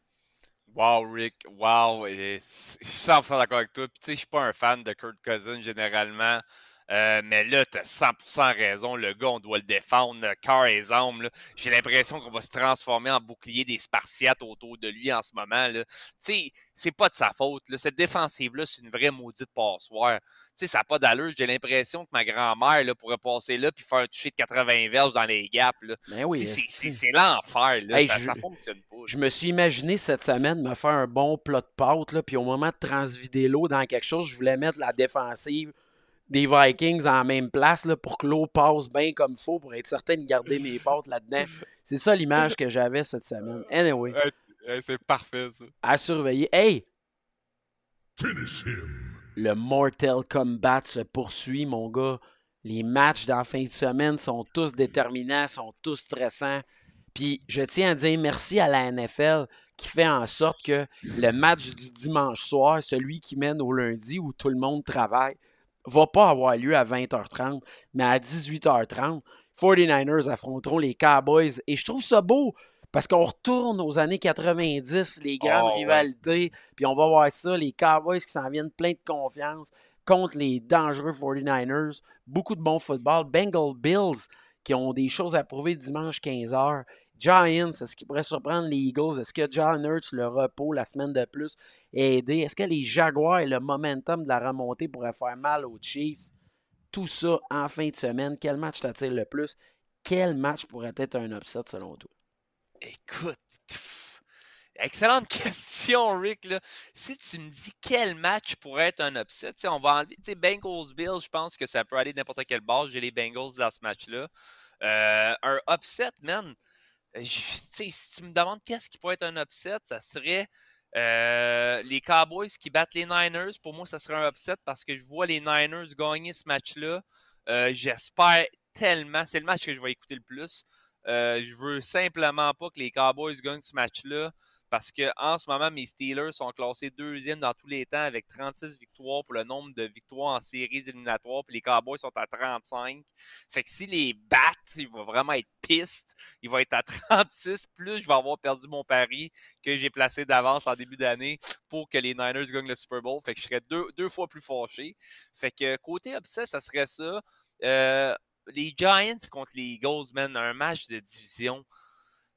[SPEAKER 2] Wow, Rick, wow. Je suis 100% d'accord avec toi. Puis, tu sais, je suis pas un fan de Kurt Cousins généralement. Mais là, tu as 100% raison. Le gars, on doit le défendre, le cœur et les âmes. Là. J'ai l'impression qu'on va se transformer en bouclier des Spartiates autour de lui en ce moment. Tu sais, c'est pas de sa faute. Là. Cette défensive-là, c'est une vraie maudite passoire. Tu sais, ça n'a pas d'allure. J'ai l'impression que ma grand-mère là, pourrait passer là puis faire un toucher de 80 verges dans les gaps. Là.
[SPEAKER 1] Ben oui,
[SPEAKER 2] c'est l'enfer. Là.
[SPEAKER 1] Hey,
[SPEAKER 2] Ça fonctionne pas.
[SPEAKER 1] Je me suis imaginé cette semaine me faire un bon plat de pâtes, là, puis au moment de transvider l'eau dans quelque chose, je voulais mettre la défensive des Vikings en même place là, pour que l'eau passe bien comme il faut pour être certain de garder mes pâtes là-dedans. C'est ça l'image que j'avais cette semaine. Anyway,
[SPEAKER 2] C'est parfait, ça.
[SPEAKER 1] à surveiller. Hey! Le Mortal Kombat se poursuit, mon gars. Les matchs dans la fin de semaine sont tous déterminants, sont tous stressants. Puis je tiens à dire merci à la NFL qui fait en sorte que le match du dimanche soir, celui qui mène au lundi où tout le monde travaille, va pas avoir lieu à 20h30, mais à 18h30. 49ers affronteront les Cowboys et je trouve ça beau parce qu'on retourne aux années 90, les grandes rivalités, puis on va voir ça, les Cowboys qui s'en viennent plein de confiance contre les dangereux 49ers. Beaucoup de bon football. Bengal Bills qui ont des choses à prouver dimanche 15h. Giants, est-ce qu'ils pourraient surprendre les Eagles? Est-ce que John Hurts, le repos, la semaine de plus, est aidé? Est-ce que les Jaguars et le momentum de la remontée pourraient faire mal aux Chiefs? Tout ça en fin de semaine. Quel match t'attire le plus? Quel match pourrait être un upset selon toi?
[SPEAKER 2] Écoute, excellente question, Rick. Là. Si tu me dis quel match pourrait être un upset, on va enlever. Bengals-Bills, je pense que ça peut aller n'importe quelle base. J'ai les Bengals dans ce match-là. Un upset, man. Si tu me demandes qu'est-ce qui pourrait être un upset, ça serait les Cowboys qui battent les Niners. Pour moi, ça serait un upset parce que je vois les Niners gagner ce match-là. J'espère tellement. C'est le match que je vais écouter le plus. Je veux simplement pas que les Cowboys gagnent ce match-là parce que en ce moment, mes Steelers sont classés deuxième dans tous les temps avec 36 victoires pour le nombre de victoires en séries éliminatoires, puis les Cowboys sont à 35. Fait que si les battent, ils vont vraiment être pistes. Ils vont être à 36, plus je vais avoir perdu mon pari que j'ai placé d'avance en début d'année pour que les Niners gagnent le Super Bowl. Fait que je serais deux fois plus fâché. Fait que côté upset, ça serait ça. Les Giants contre les Eagles, man, un match de division.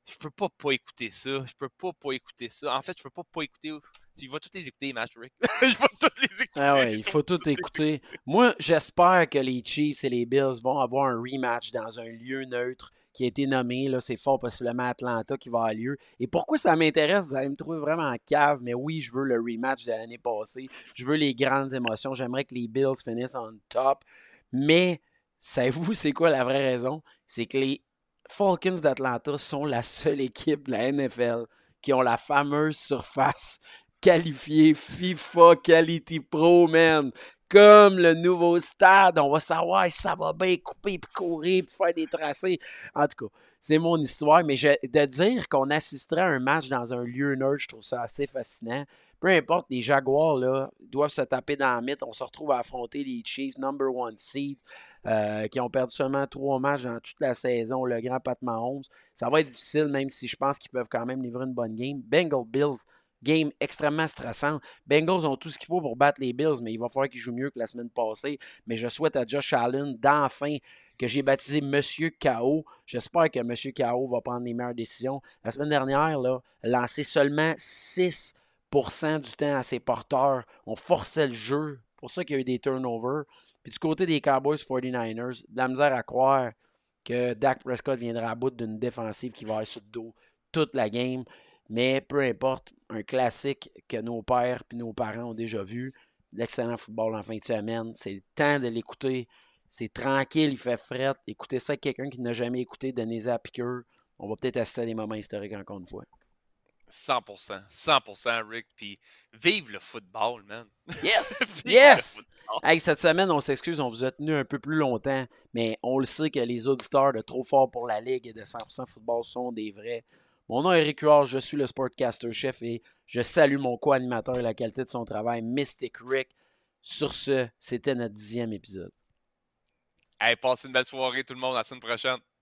[SPEAKER 2] je peux pas écouter ça. Je peux pas écouter ça. En fait, je peux pas écouter. Je vais tous les écouter, les matchs, Rick. Je vais tous les écouter.
[SPEAKER 1] Ah ouais, il faut tout écouter. Moi, j'espère que les Chiefs et les Bills vont avoir un rematch dans un lieu neutre qui a été nommé. Là, c'est fort possiblement Atlanta qui va avoir lieu. Et pourquoi ça m'intéresse? Vous allez me trouver vraiment cave, mais oui, je veux le rematch de l'année passée. Je veux les grandes émotions. J'aimerais que les Bills finissent en top. Mais, savez-vous, c'est quoi la vraie raison? C'est que les Falcons d'Atlanta sont la seule équipe de la NFL qui ont la fameuse surface qualifié FIFA Quality Pro, man. Comme le nouveau stade, on va savoir si ça va bien couper, puis courir, puis faire des tracés. En tout cas, c'est mon histoire, mais de dire qu'on assisterait à un match dans un lieu neutre, je trouve ça assez fascinant. Peu importe, les Jaguars là, doivent se taper dans la mythe. On se retrouve à affronter les Chiefs, number one seed, qui ont perdu seulement 3 matchs dans toute la saison, le grand Pat Mahomes. Ça va être difficile, même si je pense qu'ils peuvent quand même livrer une bonne game. Bengals Bills, game extrêmement stressant. Bengals ont tout ce qu'il faut pour battre les Bills, mais il va falloir qu'ils jouent mieux que la semaine passée. Mais je souhaite à Josh Allen d'enfin, que j'ai baptisé Monsieur KO. J'espère que Monsieur KO va prendre les meilleures décisions. La semaine dernière, là, lancé seulement 6% du temps à ses porteurs. On forçait le jeu. C'est pour ça qu'il y a eu des turnovers. Puis du côté des Cowboys 49ers, de la misère à croire que Dak Prescott viendra à bout d'une défensive qui va être sur le dos toute la game. Mais peu importe, un classique que nos pères et nos parents ont déjà vu, l'excellent football en fin de semaine, c'est le temps de l'écouter. C'est tranquille, il fait fret. Écoutez ça avec quelqu'un qui n'a jamais écouté, donnez-y à piqûre. On va peut-être assister à des moments historiques encore une fois.
[SPEAKER 2] 100%. 100%, Rick. Puis vive le football, man.
[SPEAKER 1] Yes!
[SPEAKER 2] Vive
[SPEAKER 1] Yes!
[SPEAKER 2] le football.
[SPEAKER 1] Hey, cette semaine, on s'excuse, on vous a tenu un peu plus longtemps, mais on le sait que les auditeurs de Trop Fort pour la Ligue et de 100% Football sont des vrais. Mon nom est Eric Huard, je suis le Sportcaster Chef et je salue mon co-animateur et la qualité de son travail, Mystic Rick. Sur ce, c'était notre 10e épisode.
[SPEAKER 2] Hey, passez une belle soirée, tout le monde. À la semaine prochaine.